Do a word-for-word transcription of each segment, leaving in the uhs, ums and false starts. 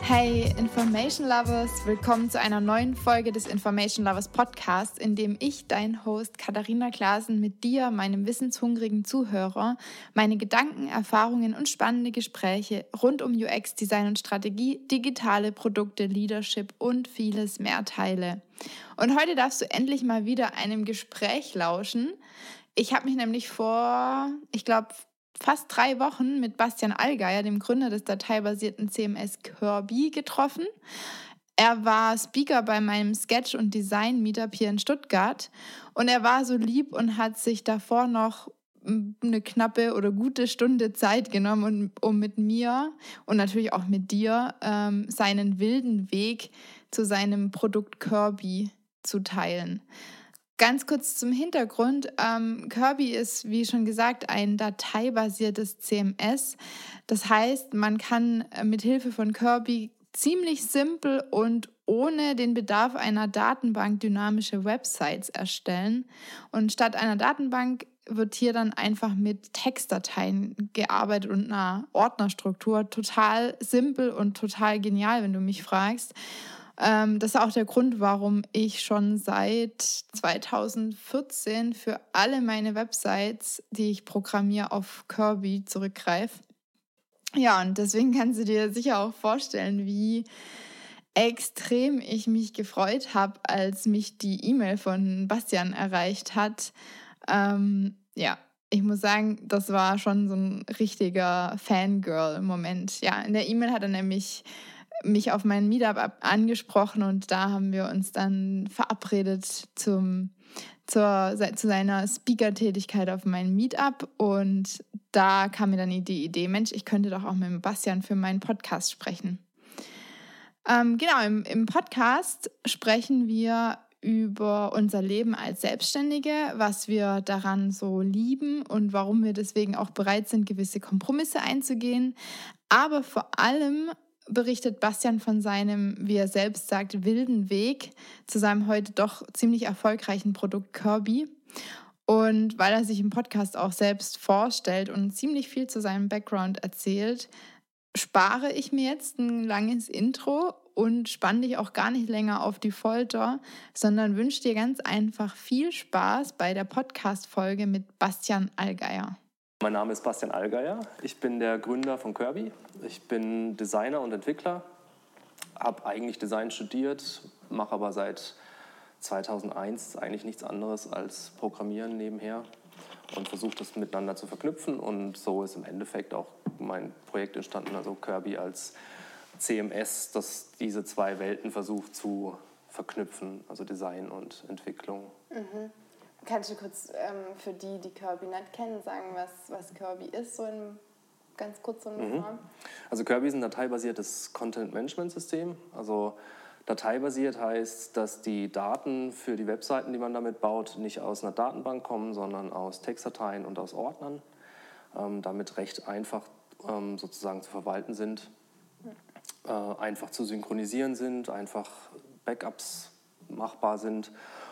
Hey Information Lovers, willkommen zu einer neuen Folge des Information Lovers Podcasts, in dem ich, dein Host Katharina Klaasen, mit dir, meinem wissenshungrigen Zuhörer, meine Gedanken, Erfahrungen und spannende Gespräche rund um U X-Design und Strategie, digitale Produkte, Leadership und vieles mehr teile. Und heute darfst du endlich mal wieder einem Gespräch lauschen. Ich habe mich nämlich vor, ich glaube, fast drei Wochen mit Bastian Allgeier, dem Gründer des dateibasierten C M S Kirby, getroffen. Er war Speaker bei meinem Sketch- und Design-Meetup hier in Stuttgart und er war so lieb und hat sich davor noch eine knappe oder gute Stunde Zeit genommen, um mit mir und natürlich auch mit dir ähm, seinen wilden Weg zu seinem Produkt Kirby zu teilen. Ganz kurz zum Hintergrund. Ähm, Kirby ist, wie schon gesagt, ein dateibasiertes C M S. Das heißt, man kann mit Hilfe von Kirby ziemlich simpel und ohne den Bedarf einer Datenbank dynamische Websites erstellen. Und statt einer Datenbank wird hier dann einfach mit Textdateien gearbeitet und einer Ordnerstruktur. Total simpel und total genial, wenn du mich fragst. Das ist auch der Grund, warum ich schon seit zweitausendvierzehn für alle meine Websites, die ich programmiere, auf Kirby zurückgreife. Ja, und deswegen kannst du dir sicher auch vorstellen, wie extrem ich mich gefreut habe, als mich die E-Mail von Bastian erreicht hat. Ähm, ja, ich muss sagen, das war schon so ein richtiger Fangirl-Moment. Ja, in der E-Mail hat er nämlich mich auf meinen Meetup angesprochen und da haben wir uns dann verabredet zum, zur, zu seiner Speaker-Tätigkeit auf meinem Meetup und da kam mir dann die Idee, Mensch, ich könnte doch auch mit dem Bastian für meinen Podcast sprechen. Ähm, genau, im, im Podcast sprechen wir über unser Leben als Selbstständige, was wir daran so lieben und warum wir deswegen auch bereit sind, gewisse Kompromisse einzugehen, aber vor allem berichtet Bastian von seinem, wie er selbst sagt, wilden Weg zu seinem heute doch ziemlich erfolgreichen Produkt Kirby. Und weil er sich im Podcast auch selbst vorstellt und ziemlich viel zu seinem Background erzählt, spare ich mir jetzt ein langes Intro und spanne dich auch gar nicht länger auf die Folter, sondern wünsche dir ganz einfach viel Spaß bei der Podcast-Folge mit Bastian Allgeier. Mein Name ist Bastian Allgeier, ich bin der Gründer von Kirby. Ich bin Designer und Entwickler, habe eigentlich Design studiert, mache aber seit zweitausendeins eigentlich nichts anderes als Programmieren nebenher und versuche das miteinander zu verknüpfen. Und so ist im Endeffekt auch mein Projekt entstanden, also Kirby als C M S, das diese zwei Welten versucht zu verknüpfen, also Design und Entwicklung. Mhm. Kannst du kurz ähm, für die, die Kirby nicht kennen, sagen, was, was Kirby ist, so in ganz kurz und mhm. Also Kirby ist ein dateibasiertes Content-Management-System. Also dateibasiert heißt, dass die Daten für die Webseiten, die man damit baut, nicht aus einer Datenbank kommen, sondern aus Textdateien und aus Ordnern. Ähm, damit recht einfach ähm, sozusagen zu verwalten sind, mhm. äh, einfach zu synchronisieren sind, einfach Backups machbar sind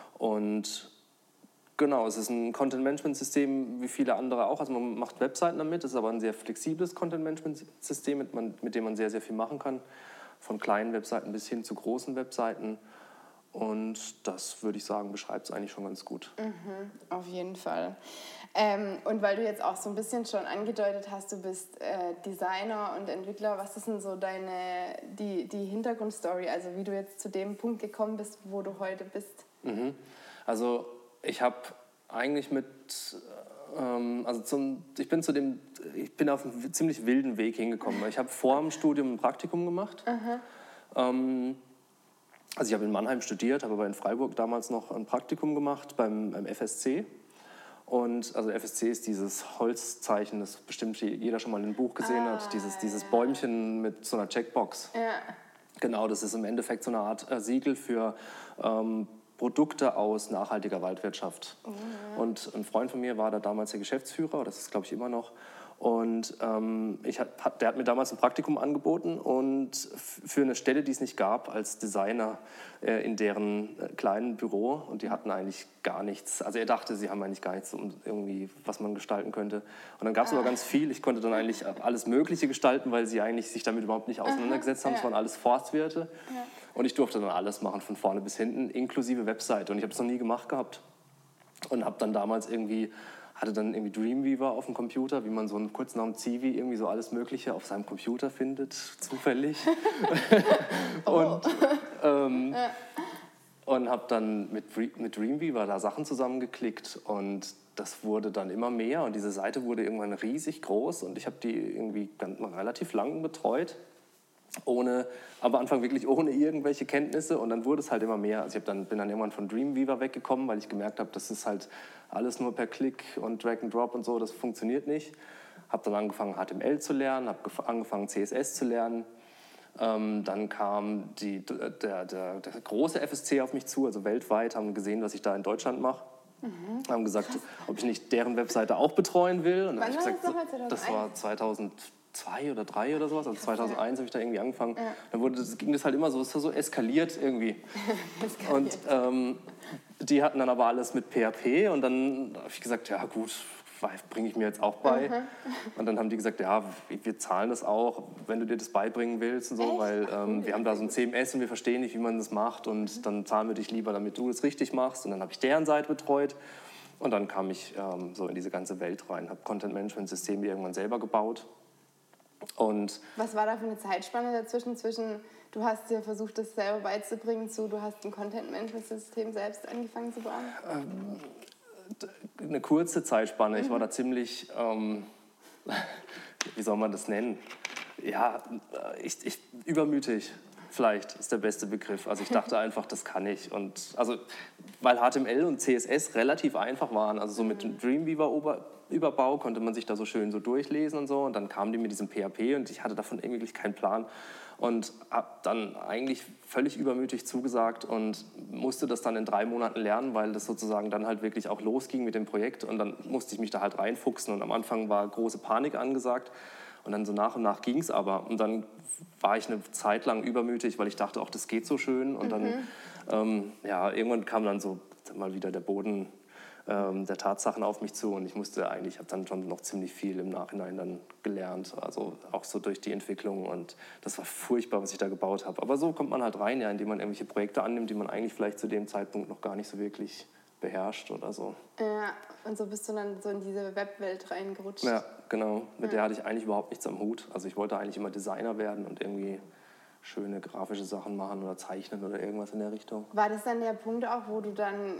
und genau, es ist ein Content-Management-System wie viele andere auch. Also man macht Webseiten damit, es ist aber ein sehr flexibles Content-Management-System, mit, man, mit dem man sehr, sehr viel machen kann. Von kleinen Webseiten bis hin zu großen Webseiten. Und das, würde ich sagen, beschreibt es eigentlich schon ganz gut. Mhm, auf jeden Fall. Ähm, und weil du jetzt auch so ein bisschen schon angedeutet hast, du bist äh, Designer und Entwickler, was ist denn so deine, die, die Hintergrundstory, also wie du jetzt zu dem Punkt gekommen bist, wo du heute bist? Mhm. Also ich habe eigentlich mit, ähm, also zum, ich bin zu dem, ich bin auf einen ziemlich wilden Weg hingekommen. Ich habe vor dem Studium ein Praktikum gemacht. Ähm, also ich habe in Mannheim studiert, habe aber in Freiburg damals noch ein Praktikum gemacht beim, beim F S C. Und also F S C ist dieses Holzzeichen, das bestimmt jeder schon mal in einem Buch gesehen ah, hat, dieses, dieses Bäumchen mit so einer Checkbox. Ja. Genau, das ist im Endeffekt so eine Art äh, Siegel für ähm, Produkte aus nachhaltiger Waldwirtschaft. Mhm. Und ein Freund von mir war da damals der Geschäftsführer, das ist glaube ich immer noch, Und ähm, ich hat, der hat mir damals ein Praktikum angeboten und für eine Stelle, die es nicht gab, als Designer äh, in deren äh, kleinen Büro. Und die hatten eigentlich gar nichts. Also er dachte, sie haben eigentlich gar nichts, um irgendwie, was man gestalten könnte. Und dann gab es ah. aber ganz viel. Ich konnte dann eigentlich alles Mögliche gestalten, weil sie eigentlich sich damit überhaupt nicht auseinandergesetzt Aha, haben. Es ja. waren alles Forstwirte. Ja. Und ich durfte dann alles machen, von vorne bis hinten, inklusive Webseite. Und ich habe es noch nie gemacht gehabt. Und habe dann damals irgendwie... hatte dann irgendwie Dreamweaver auf dem Computer, wie man so einen, kurz nach dem Zivi irgendwie so alles Mögliche auf seinem Computer findet, zufällig. und ähm, ja. und habe dann mit, mit Dreamweaver da Sachen zusammengeklickt und das wurde dann immer mehr und diese Seite wurde irgendwann riesig groß und ich habe die irgendwie ganz, relativ lang betreut. Ohne, am Anfang wirklich ohne irgendwelche Kenntnisse und dann wurde es halt immer mehr. Also ich hab dann, bin dann irgendwann von Dreamweaver weggekommen, weil ich gemerkt habe, das ist halt alles nur per Klick und Drag and Drop und so, das funktioniert nicht. Habe dann angefangen H T M L zu lernen, habe angefangen C S S zu lernen. Ähm, dann kam die, der, der, der große F S C auf mich zu, also weltweit, haben gesehen, was ich da in Deutschland mache. Mhm. Haben gesagt, Krass. ob ich nicht deren Webseite auch betreuen will. Und dann Wann habe ich gesagt, das, das war zweitausendzwei oder drei oder sowas, also zweitausendeins habe ich da irgendwie angefangen. Ja. Dann wurde, das, ging das halt immer so, es war so eskaliert irgendwie. eskaliert. Und ähm, die hatten dann aber alles mit P H P und dann habe ich gesagt, ja gut, bringe ich mir jetzt auch bei. Mhm. Und dann haben die gesagt, ja, wir zahlen das auch, wenn du dir das beibringen willst und so, Echt? weil ähm, cool. wir haben da so ein C M S und wir verstehen nicht, wie man das macht und mhm. dann zahlen wir dich lieber, damit du das richtig machst. Und dann habe ich deren Seite betreut. Und dann kam ich ähm, so in diese ganze Welt rein, habe Content-Management-Systeme irgendwann selber gebaut. Und was war da für eine Zeitspanne dazwischen, zwischen du hast dir versucht, das selber beizubringen, zu du hast ein Content-Management-System selbst angefangen zu bauen? Ähm, eine kurze Zeitspanne. Mhm. Ich war da ziemlich, ähm, wie soll man das nennen? Ja, ich, ich, übermütig. Vielleicht ist der beste Begriff. Also ich dachte einfach, das kann ich. Und also, weil H T M L und C S S relativ einfach waren. Also so mit dem Dreamweaver-Überbau konnte man sich da so schön so durchlesen und so. Und dann kamen die mit diesem P H P und ich hatte davon irgendwie keinen Plan. Und habe dann eigentlich völlig übermütig zugesagt und musste das dann in drei Monaten lernen, weil das sozusagen dann halt wirklich auch losging mit dem Projekt. Und dann musste ich mich da halt reinfuchsen. Und am Anfang war große Panik angesagt. Und dann so nach und nach ging es aber. Und dann war ich eine Zeit lang übermütig, weil ich dachte, auch das geht so schön. Und dann, mhm. ähm, ja, irgendwann kam dann so mal wieder der Boden ähm, der Tatsachen auf mich zu. Und ich musste eigentlich, ich habe dann schon noch ziemlich viel im Nachhinein dann gelernt. Also auch so durch die Entwicklung. Und das war furchtbar, was ich da gebaut habe. Aber so kommt man halt rein, ja, indem man irgendwelche Projekte annimmt, die man eigentlich vielleicht zu dem Zeitpunkt noch gar nicht so wirklich beherrscht oder so. Ja, und so bist du dann so in diese Webwelt reingerutscht. Ja, genau. Mit ja. der hatte ich eigentlich überhaupt nichts am Hut. Also ich wollte eigentlich immer Designer werden und irgendwie schöne grafische Sachen machen oder zeichnen oder irgendwas in der Richtung. War das dann der Punkt auch, wo du dann,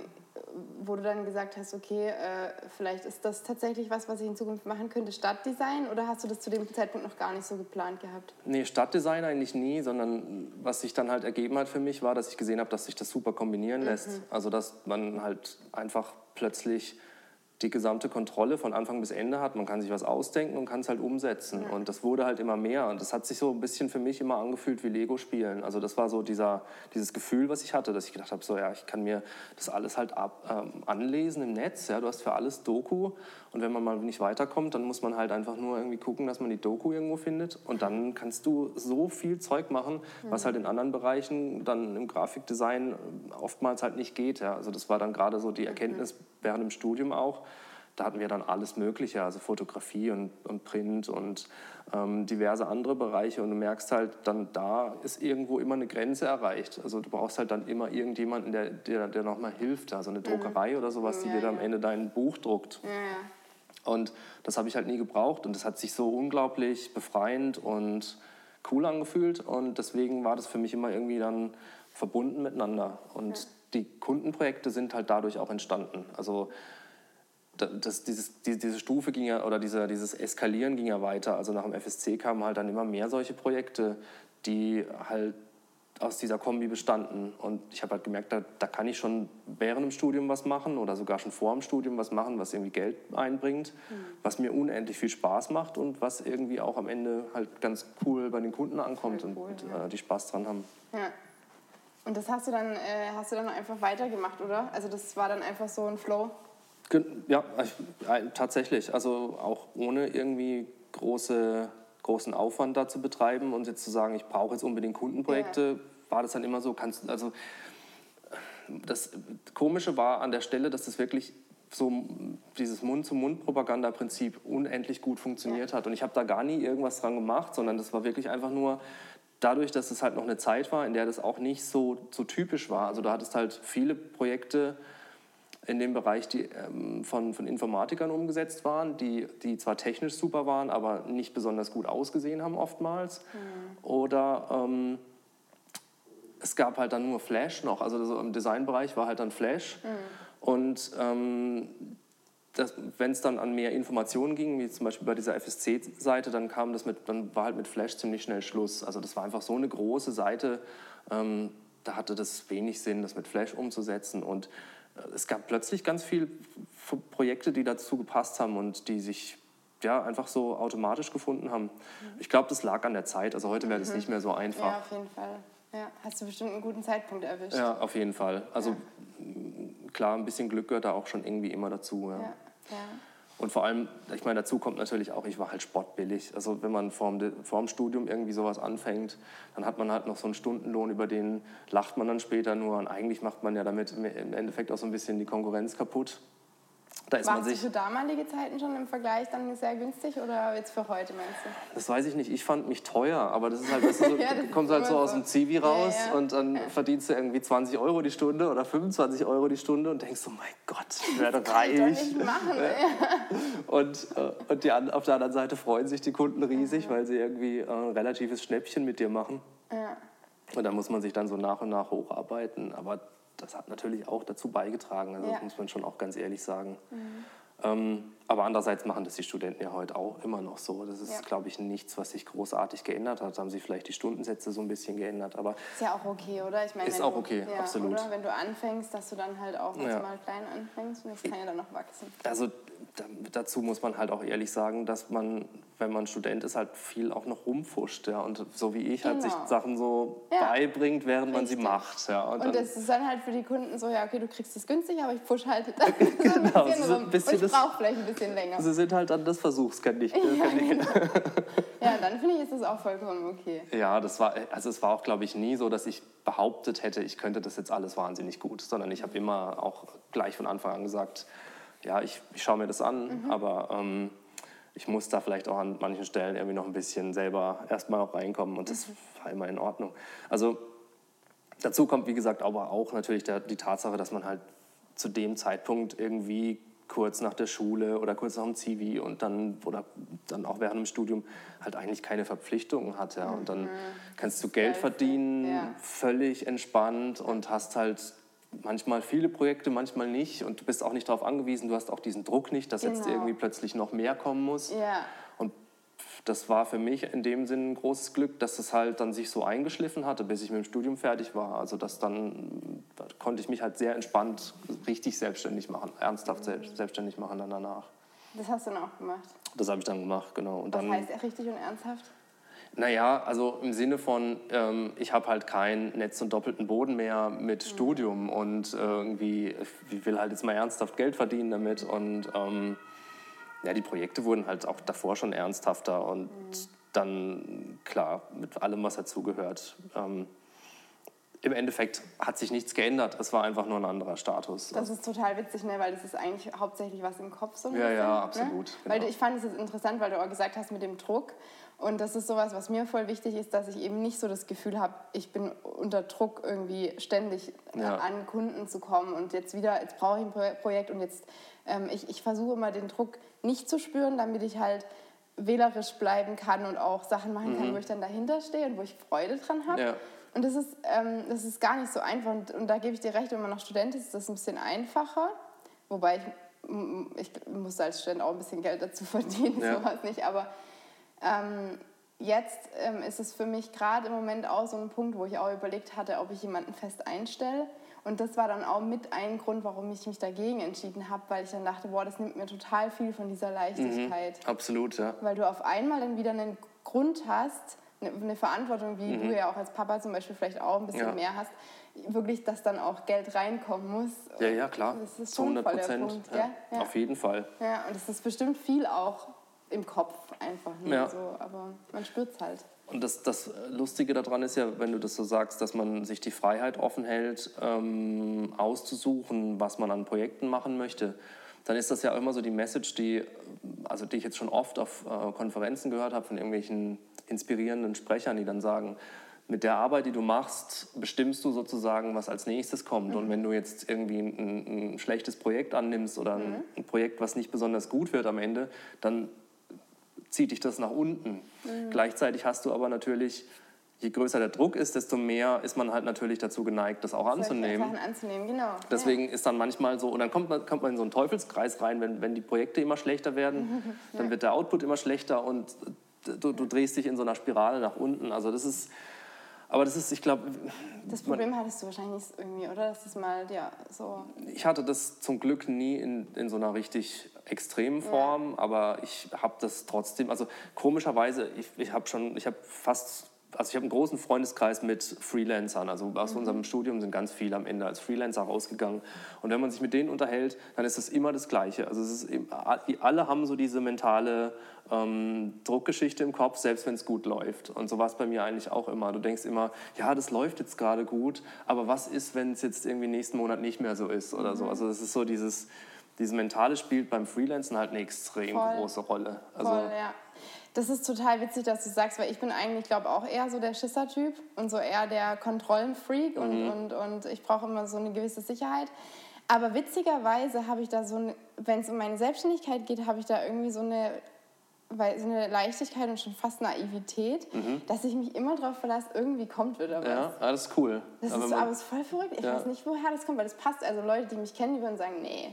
wo du dann gesagt hast, okay, äh, vielleicht ist das tatsächlich was, was ich in Zukunft machen könnte, Stadtdesign? Oder hast du das zu dem Zeitpunkt noch gar nicht so geplant gehabt? Nee, Stadtdesign eigentlich nie, sondern was sich dann halt ergeben hat für mich, war, dass ich gesehen habe, dass sich das super kombinieren mhm. lässt. Also dass man halt einfach plötzlich die gesamte Kontrolle von Anfang bis Ende hat. Man kann sich was ausdenken und kann es halt umsetzen. Ja. Und das wurde halt immer mehr. Und das hat sich so ein bisschen für mich immer angefühlt wie Lego-Spielen. Also das war so dieser, dieses Gefühl, was ich hatte, dass ich gedacht habe, so, ja, ich kann mir das alles halt ab, ähm, anlesen im Netz. Ja, du hast für alles Doku. Und wenn man mal nicht weiterkommt, dann muss man halt einfach nur irgendwie gucken, dass man die Doku irgendwo findet. Und dann kannst du so viel Zeug machen, mhm. was halt in anderen Bereichen dann im Grafikdesign oftmals halt nicht geht. Ja. Also das war dann gerade so die Erkenntnis mhm. während dem Studium auch. Da hatten wir dann alles Mögliche, also Fotografie und, und Print und ähm, diverse andere Bereiche. Und du merkst halt, dann da ist irgendwo immer eine Grenze erreicht. Also du brauchst halt dann immer irgendjemanden, der dir der nochmal hilft. Also eine Druckerei mhm. oder sowas, die ja, dir dann ja. am Ende dein Buch druckt. Ja, ja. Und das habe ich halt nie gebraucht. Und das hat sich so unglaublich befreiend und cool angefühlt. Und deswegen war das für mich immer irgendwie dann verbunden miteinander. Und ja. die Kundenprojekte sind halt dadurch auch entstanden. Also Das, dieses, die, diese Stufe ging ja, oder diese, dieses Eskalieren ging ja weiter. Also nach dem F S C kamen halt dann immer mehr solche Projekte, die halt aus dieser Kombi bestanden. Und ich habe halt gemerkt, da, da kann ich schon während dem Studium was machen oder sogar schon vor dem Studium was machen, was irgendwie Geld einbringt, mhm. was mir unendlich viel Spaß macht und was irgendwie auch am Ende halt ganz cool bei den Kunden ankommt cool, und ja. äh, die Spaß dran haben. Ja. Und das hast du dann, äh, hast du dann einfach weitergemacht, oder? Also das war dann einfach so ein Flow? Ja, tatsächlich. Also auch ohne irgendwie große, großen Aufwand da zu betreiben und jetzt zu sagen, ich brauche jetzt unbedingt Kundenprojekte, ja. war das dann immer so. Kannst, also das Komische war an der Stelle, dass das wirklich so dieses Mund-zu-Mund-Propaganda-Prinzip unendlich gut funktioniert ja. hat. Und ich habe da gar nie irgendwas dran gemacht, sondern das war wirklich einfach nur dadurch, dass es halt noch eine Zeit war, in der das auch nicht so, so typisch war. Also da hattest halt viele Projekte in dem Bereich, die ähm, von, von Informatikern umgesetzt waren, die, die zwar technisch super waren, aber nicht besonders gut ausgesehen haben oftmals. Mhm. Oder ähm, es gab halt dann nur Flash noch, also so im Designbereich war halt dann Flash. Mhm. Und ähm, wenn es dann an mehr Informationen ging, wie zum Beispiel bei dieser F S C-Seite, dann kam das mit, dann war halt mit Flash ziemlich schnell Schluss. Also das war einfach so eine große Seite, ähm, da hatte das wenig Sinn, das mit Flash umzusetzen. Und es gab plötzlich ganz viele Projekte, die dazu gepasst haben und die sich ja, einfach so automatisch gefunden haben. Mhm. Ich glaube, das lag an der Zeit. Also heute wäre das mhm. nicht mehr so einfach. Ja, auf jeden Fall. Ja, hast du bestimmt einen guten Zeitpunkt erwischt. Ja, auf jeden Fall. Also ja. klar, ein bisschen Glück gehört da auch schon irgendwie immer dazu. Ja. Ja. Ja. Und vor allem, ich meine, dazu kommt natürlich auch, ich war halt spottbillig. Also wenn man vor dem, vor dem Studium irgendwie sowas anfängt, dann hat man halt noch so einen Stundenlohn, über den lacht man dann später nur. Und eigentlich macht man ja damit im Endeffekt auch so ein bisschen die Konkurrenz kaputt. Da ist Warst man sich, du für damalige Zeiten schon im Vergleich dann sehr günstig oder jetzt für heute, meinst du? Das weiß ich nicht. Ich fand mich teuer, aber das ist halt, weißt du, so, ja, du kommst halt so aus dem Zivi raus ja, ja. und dann ja. verdienst du irgendwie zwanzig Euro die Stunde oder fünfundzwanzig Euro die Stunde und denkst so, mein Gott, ich werde das reich. Kann ich doch nicht machen. Ja. Und, und die, auf der anderen Seite freuen sich die Kunden riesig, mhm. weil sie irgendwie ein relatives Schnäppchen mit dir machen. Ja. Und da muss man sich dann so nach und nach hocharbeiten, aber das hat natürlich auch dazu beigetragen, also ja. das muss man schon auch ganz ehrlich sagen. Mhm. Ähm, aber andererseits machen das die Studenten ja heute auch immer noch so. Das ist, ja. glaube ich, nichts, was sich großartig geändert hat. Da haben sich vielleicht die Stundensätze so ein bisschen geändert. Aber ist ja auch okay, oder? Ich meine, ist auch okay, du, ja, absolut. Oder? Wenn du anfängst, dass du dann halt auch ja. mal klein anfängst und das kann ja dann noch wachsen. Also da, dazu muss man halt auch ehrlich sagen, dass man, wenn man Student ist, halt viel auch noch rumfuscht. Ja? Und so wie ich genau. halt sich Sachen so ja. beibringt, während Richtig. man sie macht. Ja? Und, und das ist dann halt für die Kunden so, ja okay, du kriegst es günstig, aber ich fusch halt dann genau, ein bisschen so rum. Ein bisschen und ich brauche vielleicht ein bisschen länger. Sie sind halt dann das Versuchskaninchen. Ja, genau. ja, dann finde ich, ist das auch vollkommen okay. Ja, das war, also es war auch, glaube ich, nie so, dass ich behauptet hätte, ich könnte das jetzt alles wahnsinnig gut, sondern ich habe immer auch gleich von Anfang an gesagt, ja, ich, ich schaue mir das an, mhm. aber ähm, ich muss da vielleicht auch an manchen Stellen irgendwie noch ein bisschen selber erstmal noch reinkommen und das mhm. war immer in Ordnung. Also dazu kommt, wie gesagt, aber auch natürlich der, die Tatsache, dass man halt zu dem Zeitpunkt irgendwie kurz nach der Schule oder kurz nach dem Zivi und dann oder dann auch während dem Studium halt eigentlich keine Verpflichtungen hat. Ja. Und dann kannst du Geld verdienen, ja. völlig entspannt und hast halt manchmal viele Projekte, manchmal nicht und du bist auch nicht darauf angewiesen, du hast auch diesen Druck nicht, dass genau. jetzt irgendwie plötzlich noch mehr kommen muss. Ja. Und das war für mich in dem Sinn ein großes Glück, dass es halt dann sich so eingeschliffen hatte, bis ich mit dem Studium fertig war. Also das dann da konnte ich mich halt sehr entspannt richtig selbstständig machen, ernsthaft mhm. selbstständig machen dann danach. Das hast du dann auch gemacht? Das habe ich dann gemacht, genau. Und Was dann, heißt er richtig und ernsthaft? Naja, also im Sinne von, ähm, ich habe halt kein Netz und doppelten Boden mehr mit mhm. Studium und äh, irgendwie, ich will halt jetzt mal ernsthaft Geld verdienen damit und ähm, ja, die Projekte wurden halt auch davor schon ernsthafter und mhm. dann, klar, mit allem, was dazugehört. Ähm, Im Endeffekt hat sich nichts geändert, es war einfach nur ein anderer Status. Das ist total witzig, ne? Weil das ist eigentlich hauptsächlich was im Kopf so ein Ja, bisschen, ja, absolut. Ne? Genau. Weil ich fand es interessant, weil du auch gesagt hast mit dem Druck. Und das ist sowas, was mir voll wichtig ist, dass ich eben nicht so das Gefühl habe, ich bin unter Druck irgendwie ständig ja. an Kunden zu kommen und jetzt wieder, jetzt brauche ich ein Projekt und jetzt, ähm, ich, ich versuche immer den Druck nicht zu spüren, damit ich halt wählerisch bleiben kann und auch Sachen machen kann, mhm. wo ich dann dahinter stehe und wo ich Freude dran habe. Ja. Und das ist, ähm, das ist gar nicht so einfach und, und da gebe ich dir recht, wenn man noch Student ist, ist das ein bisschen einfacher, wobei ich, ich muss als Student auch ein bisschen Geld dazu verdienen, ja. sowas nicht, aber Ähm, jetzt ähm, ist es für mich gerade im Moment auch so ein Punkt, wo ich auch überlegt hatte, ob ich jemanden fest einstelle. Und das war dann auch mit ein Grund, warum ich mich dagegen entschieden habe, weil ich dann dachte, boah, das nimmt mir total viel von dieser Leichtigkeit. Mhm, absolut, ja. Weil du auf einmal dann wieder einen Grund hast, eine, eine Verantwortung, wie mhm. du ja auch als Papa zum Beispiel vielleicht auch ein bisschen ja. mehr hast, wirklich, dass dann auch Geld reinkommen muss. Ja, ja, klar. Das ist schon ein voller Punkt. Ja, ja. Auf jeden Fall. Ja, und es ist bestimmt viel auch im Kopf einfach nur ja. so, aber man spürt es halt. Und das, das Lustige daran ist ja, wenn du das so sagst, dass man sich die Freiheit offen hält, ähm, auszusuchen, was man an Projekten machen möchte, dann ist das ja immer so die Message, die, also die ich jetzt schon oft auf äh, Konferenzen gehört habe von irgendwelchen inspirierenden Sprechern, die dann sagen, mit der Arbeit, die du machst, bestimmst du sozusagen, was als nächstes kommt. Mhm. Und wenn du jetzt irgendwie ein, ein schlechtes Projekt annimmst oder ein, mhm. ein Projekt, was nicht besonders gut wird am Ende, dann zieht dich das nach unten. Mhm. Gleichzeitig hast du aber natürlich, je größer der Druck ist, desto mehr ist man halt natürlich dazu geneigt, das auch anzunehmen. Sachen anzunehmen, genau. Deswegen ja. ist dann manchmal so, und dann kommt man, kommt man in so einen Teufelskreis rein, wenn, wenn die Projekte immer schlechter werden, ja. dann wird der Output immer schlechter und du, du drehst dich in so einer Spirale nach unten. Also das ist, aber das ist, ich glaube... Das Problem man, hattest du wahrscheinlich irgendwie, oder? Das ist mal, ja, so... Ich hatte das zum Glück nie in, in so einer richtig extremen Form, ja. aber ich habe das trotzdem, also komischerweise, ich, ich habe schon, ich habe fast... Also ich habe einen großen Freundeskreis mit Freelancern. Also aus mhm. unserem Studium sind ganz viele am Ende als Freelancer rausgegangen. Und wenn man sich mit denen unterhält, dann ist es immer das Gleiche. Also es ist, alle haben so diese mentale ähm, Druckgeschichte im Kopf, selbst wenn es gut läuft. Und so war es bei mir eigentlich auch immer. Du denkst immer, ja, das läuft jetzt gerade gut, aber was ist, wenn es jetzt irgendwie nächsten Monat nicht mehr so ist oder mhm. so. Also das ist so dieses, dieses Mentale spielt beim Freelancen halt eine extrem Voll. große Rolle. Also, Voll, ja. Das ist total witzig, dass du sagst, weil ich bin eigentlich, glaube auch eher so der Schisser-Typ und so eher der Kontrollenfreak und, mhm. und, und ich brauche immer so eine gewisse Sicherheit. Aber witzigerweise habe ich da so, eine, wenn es um meine Selbstständigkeit geht, habe ich da irgendwie so eine, weil, so eine Leichtigkeit und schon fast Naivität, mhm. dass ich mich immer darauf verlasse, irgendwie kommt wieder was. Ja, das ist cool. Das aber ist, aber ist voll verrückt. Ich ja. weiß nicht, woher das kommt, weil das passt. Also Leute, die mich kennen, die würden sagen, nee,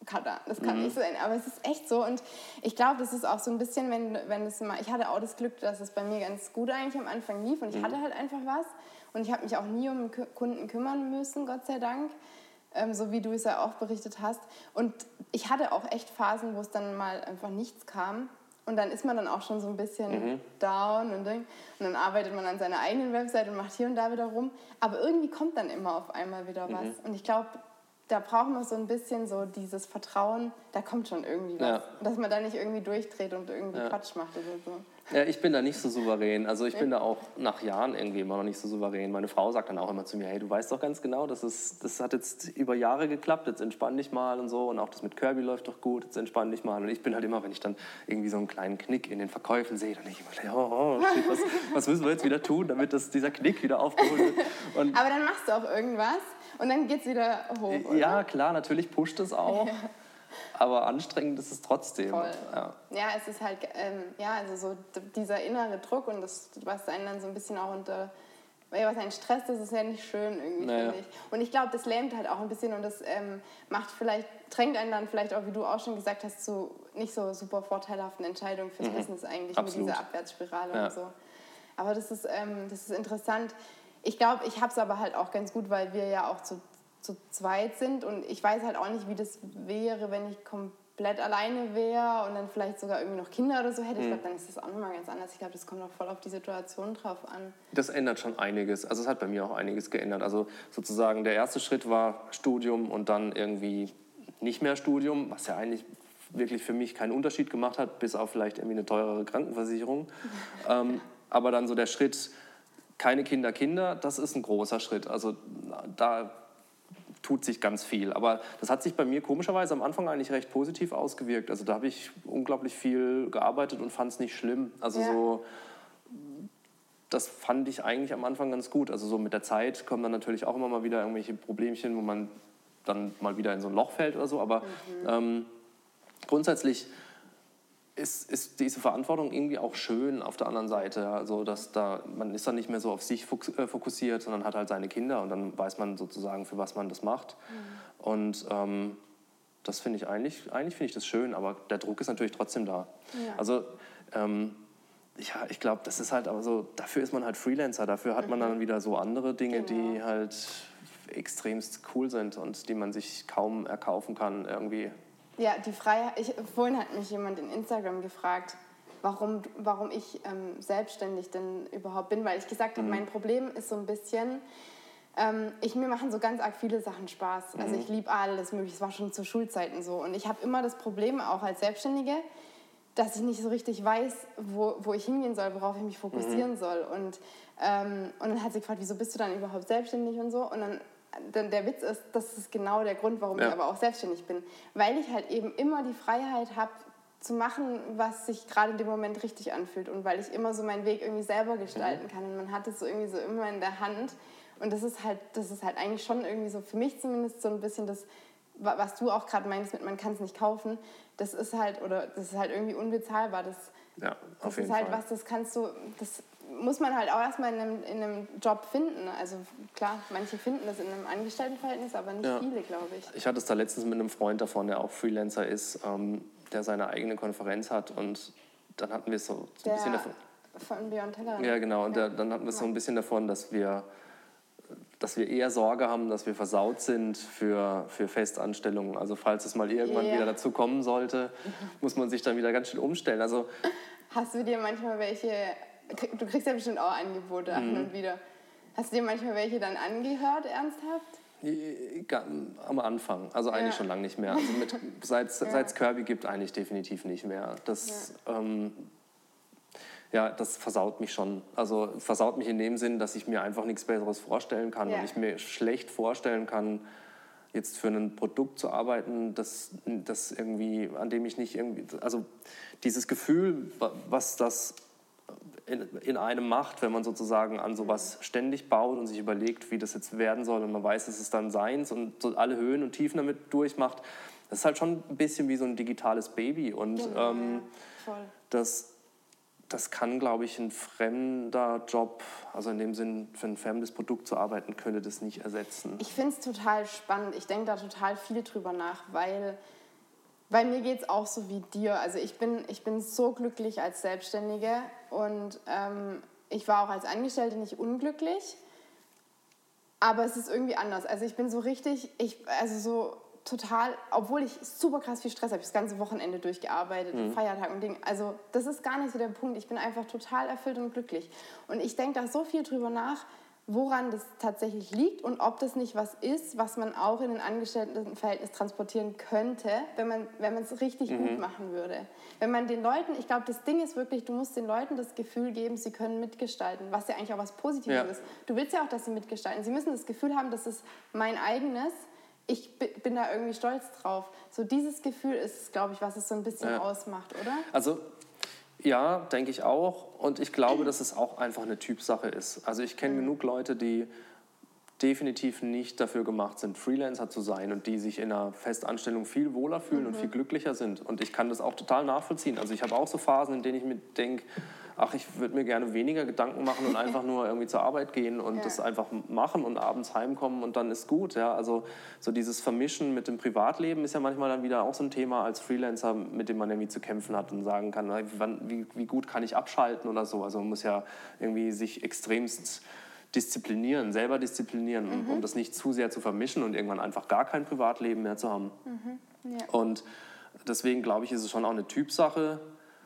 das kann mhm. nicht sein, aber es ist echt so und ich glaube, das ist auch so ein bisschen, wenn, wenn es mal, ich hatte auch das Glück, dass es bei mir ganz gut eigentlich am Anfang lief und ich mhm. hatte halt einfach was und ich habe mich auch nie um Kunden kümmern müssen, Gott sei Dank, ähm, so wie du es ja auch berichtet hast und ich hatte auch echt Phasen, wo es dann mal einfach nichts kam und dann ist man dann auch schon so ein bisschen mhm. down und, und dann arbeitet man an seiner eigenen Website und macht hier und da wieder rum, aber irgendwie kommt dann immer auf einmal wieder was mhm. und ich glaube, da braucht man so ein bisschen so dieses Vertrauen, da kommt schon irgendwie was. Ja. Dass man da nicht irgendwie durchdreht und irgendwie ja. Quatsch macht oder so. Ja, ich bin da nicht so souverän. Also ich ja. bin da auch nach Jahren irgendwie immer noch nicht so souverän. Meine Frau sagt dann auch immer zu mir, hey, du weißt doch ganz genau, das, ist, das hat jetzt über Jahre geklappt, jetzt entspann dich mal und so. Und auch das mit Kirby läuft doch gut, jetzt entspann dich mal. Und ich bin halt immer, wenn ich dann irgendwie so einen kleinen Knick in den Verkäufen sehe, dann denke ich immer, oh, oh shit, was, was müssen wir jetzt wieder tun, damit das, dieser Knick wieder aufgeholt wird. Und aber dann machst du auch irgendwas. Und dann geht es wieder hoch, oder? Ja, klar, natürlich pusht es auch, ja. aber anstrengend ist es trotzdem. Voll. Ja, ja es ist halt, ähm, ja, also so dieser innere Druck und das, was einen dann so ein bisschen auch unter, was einen stresst, das ist ja nicht schön irgendwie, naja. finde ich. Und ich glaube, das lähmt halt auch ein bisschen und das ähm, macht vielleicht, drängt einen dann vielleicht auch, wie du auch schon gesagt hast, zu nicht so super vorteilhaften Entscheidungen fürs mhm. Business eigentlich, Absolut. mit dieser Abwärtsspirale ja. und so. Aber das ist, ähm, das ist interessant. Ich glaube, ich habe es aber halt auch ganz gut, weil wir ja auch zu, zu zweit sind und ich weiß halt auch nicht, wie das wäre, wenn ich komplett alleine wäre und dann vielleicht sogar irgendwie noch Kinder oder so hätte. Mhm. Ich glaube, dann ist das auch nochmal ganz anders. Ich glaube, das kommt auch voll auf die Situation drauf an. Das ändert schon einiges. Also es hat bei mir auch einiges geändert. Also sozusagen der erste Schritt war Studium und dann irgendwie nicht mehr Studium, was ja eigentlich wirklich für mich keinen Unterschied gemacht hat, bis auf vielleicht irgendwie eine teurere Krankenversicherung. ähm, aber dann so der Schritt... Keine Kinder, Kinder, das ist ein großer Schritt. Also da tut sich ganz viel. Aber das hat sich bei mir komischerweise am Anfang eigentlich recht positiv ausgewirkt. Also da habe ich unglaublich viel gearbeitet und fand es nicht schlimm. Also ja. so, das fand ich eigentlich am Anfang ganz gut. Also so mit der Zeit kommen dann natürlich auch immer mal wieder irgendwelche Problemchen, wo man dann mal wieder in so ein Loch fällt oder so. Aber mhm. ähm, grundsätzlich Ist, ist diese Verantwortung irgendwie auch schön auf der anderen Seite. Also, dass da, man ist dann nicht mehr so auf sich fokussiert, sondern hat halt seine Kinder und dann weiß man sozusagen, für was man das macht. Mhm. Und ähm, das finde ich eigentlich, eigentlich finde ich das schön, aber der Druck ist natürlich trotzdem da. Ja. Also, ähm, ja, ich glaube, das ist halt aber so, dafür ist man halt Freelancer, dafür hat man mhm. dann wieder so andere Dinge, genau. die halt extremst cool sind und die man sich kaum erkaufen kann irgendwie. Ja, die Freiheit. Ich, vorhin hat mich jemand in Instagram gefragt, warum, warum ich ähm, selbstständig denn überhaupt bin, weil ich gesagt habe, mhm. mein Problem ist so ein bisschen, ähm, ich, mir machen so ganz arg viele Sachen Spaß. Mhm. Also ich liebe alles mögliche, es war schon zu Schulzeiten so. Und ich habe immer das Problem, auch als Selbstständige, dass ich nicht so richtig weiß, wo, wo ich hingehen soll, worauf ich mich fokussieren mhm. soll. Und, ähm, und dann hat sie gefragt, wieso bist du dann überhaupt selbstständig und so. Und dann, dann der Witz ist, das ist genau der Grund, warum ja. ich aber auch selbstständig bin. Weil ich halt eben immer die Freiheit habe, zu machen, was sich gerade in dem Moment richtig anfühlt. Und weil ich immer so meinen Weg irgendwie selber gestalten mhm. kann. Und man hat es so irgendwie so immer in der Hand. Und das ist halt, das ist halt eigentlich schon irgendwie so, für mich zumindest so ein bisschen das, was du auch gerade meinst mit, man kann es nicht kaufen, das ist halt, oder das ist halt irgendwie unbezahlbar. Das, ja, auf das jeden ist halt Fall. was, das kannst du, das muss man halt auch erstmal in einem, in einem Job finden. Also klar, manche finden das in einem Angestelltenverhältnis, aber nicht ja. viele, glaube ich. Ich hatte es da letztens mit einem Freund davon, der auch Freelancer ist, ähm, der seine eigene Konferenz hat, und dann hatten wir so, so ein der bisschen davon. Von Beyond Tellerrand. Ja, genau, und ja. Der, dann hatten wir so ein bisschen davon, dass wir dass wir eher Sorge haben, dass wir versaut sind für, für Festanstellungen. Also falls es mal irgendwann yeah. wieder dazu kommen sollte, muss man sich dann wieder ganz schön umstellen. Also, hast du dir manchmal welche, du kriegst ja bestimmt auch Angebote mhm. hin und wieder, hast du dir manchmal welche dann angehört, ernsthaft? Am Anfang, also eigentlich ja. schon lange nicht mehr. Also mit, seit es ja. Kirby gibt, eigentlich definitiv nicht mehr. Das... Ja. Ähm, Ja, das versaut mich schon. Also versaut mich in dem Sinn, dass ich mir einfach nichts Besseres vorstellen kann. Ja. Und ich mir schlecht vorstellen kann, jetzt für ein Produkt zu arbeiten, das, das irgendwie, an dem ich nicht irgendwie... Also dieses Gefühl, was das in, in einem macht, wenn man sozusagen an sowas ständig baut und sich überlegt, wie das jetzt werden soll, und man weiß, es ist dann seins und so alle Höhen und Tiefen damit durchmacht, das ist halt schon ein bisschen wie so ein digitales Baby. Und genau, ähm, ja. Voll. das... Das kann, glaube ich, ein fremder Job, also in dem Sinn, für ein fremdes Produkt zu arbeiten, könnte das nicht ersetzen. Ich finde es total spannend. Ich denke da total viel drüber nach, weil bei mir geht es auch so wie dir. Also ich bin, ich bin so glücklich als Selbstständige und ähm, ich war auch als Angestellte nicht unglücklich, aber es ist irgendwie anders. Also ich bin so richtig, ich, also so... total, obwohl ich super krass viel Stress habe, ich habe das ganze Wochenende durchgearbeitet, mhm. Feiertag und Ding. Also das ist gar nicht so der Punkt. Ich bin einfach total erfüllt und glücklich. Und ich denke da so viel drüber nach, woran das tatsächlich liegt und ob das nicht was ist, was man auch in ein Angestelltenverhältnis transportieren könnte, wenn man wenn man es richtig mhm. gut machen würde. Wenn man den Leuten, ich glaube, das Ding ist wirklich, du musst den Leuten das Gefühl geben, sie können mitgestalten, was ja eigentlich auch was Positives ja. ist. Du willst ja auch, dass sie mitgestalten. Sie müssen das Gefühl haben, das ist mein eigenes. Ich bin da irgendwie stolz drauf. So dieses Gefühl ist, glaube ich, was es so ein bisschen ja. ausmacht, oder? Also ja, denke ich auch. Und ich glaube, dass es auch einfach eine Typsache ist. Also ich kenne mhm. genug Leute, die definitiv nicht dafür gemacht sind, Freelancer zu sein und die sich in einer Festanstellung viel wohler fühlen mhm. und viel glücklicher sind. Und ich kann das auch total nachvollziehen. Also ich habe auch so Phasen, in denen ich mir denke, ach, ich würde mir gerne weniger Gedanken machen und einfach nur irgendwie zur Arbeit gehen und ja. das einfach machen und abends heimkommen und dann ist gut. Ja? Also so dieses Vermischen mit dem Privatleben ist ja manchmal dann wieder auch so ein Thema als Freelancer, mit dem man irgendwie zu kämpfen hat und sagen kann, wann, wie, wie gut kann ich abschalten oder so. Also man muss ja irgendwie sich extremst disziplinieren, selber disziplinieren, mhm. um das nicht zu sehr zu vermischen und irgendwann einfach gar kein Privatleben mehr zu haben. Mhm. Ja. Und deswegen glaube ich, ist es schon auch eine Typsache.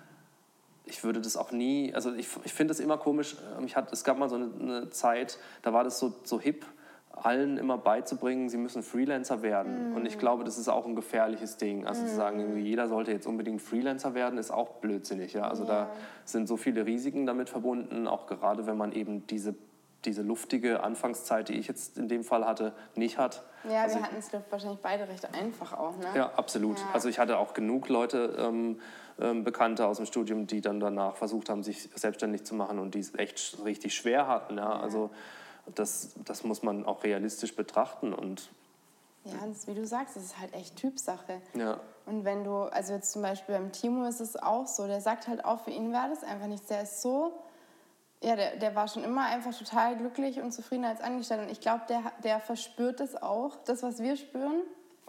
Ich würde das auch nie, also ich, ich finde es immer komisch, ich hatte, es gab mal so eine, eine Zeit, da war das so, so hip, allen immer beizubringen, sie müssen Freelancer werden. Mm. Und ich glaube, das ist auch ein gefährliches Ding. Also mm. zu sagen, irgendwie jeder sollte jetzt unbedingt Freelancer werden, ist auch blödsinnig. Ja? Also yeah. da sind so viele Risiken damit verbunden, auch gerade wenn man eben diese, diese luftige Anfangszeit, die ich jetzt in dem Fall hatte, nicht hat. Ja, also wir hatten es wahrscheinlich beide recht einfach auch, ne? Ja, absolut. Ja. Also ich hatte auch genug Leute, ähm, ähm, Bekannte aus dem Studium, die dann danach versucht haben, sich selbstständig zu machen und die es echt richtig schwer hatten. Ja? Ja. Also das, das muss man auch realistisch betrachten. Und ja, das, wie du sagst, das ist halt echt Typsache. Ja. Und wenn du, also jetzt zum Beispiel beim Timo ist es auch so, der sagt halt auch, für ihn wäre das einfach nichts. Der ist so... Ja, der, der war schon immer einfach total glücklich und zufrieden als Angestellter. Und ich glaube, der, der verspürt das auch, das, was wir spüren.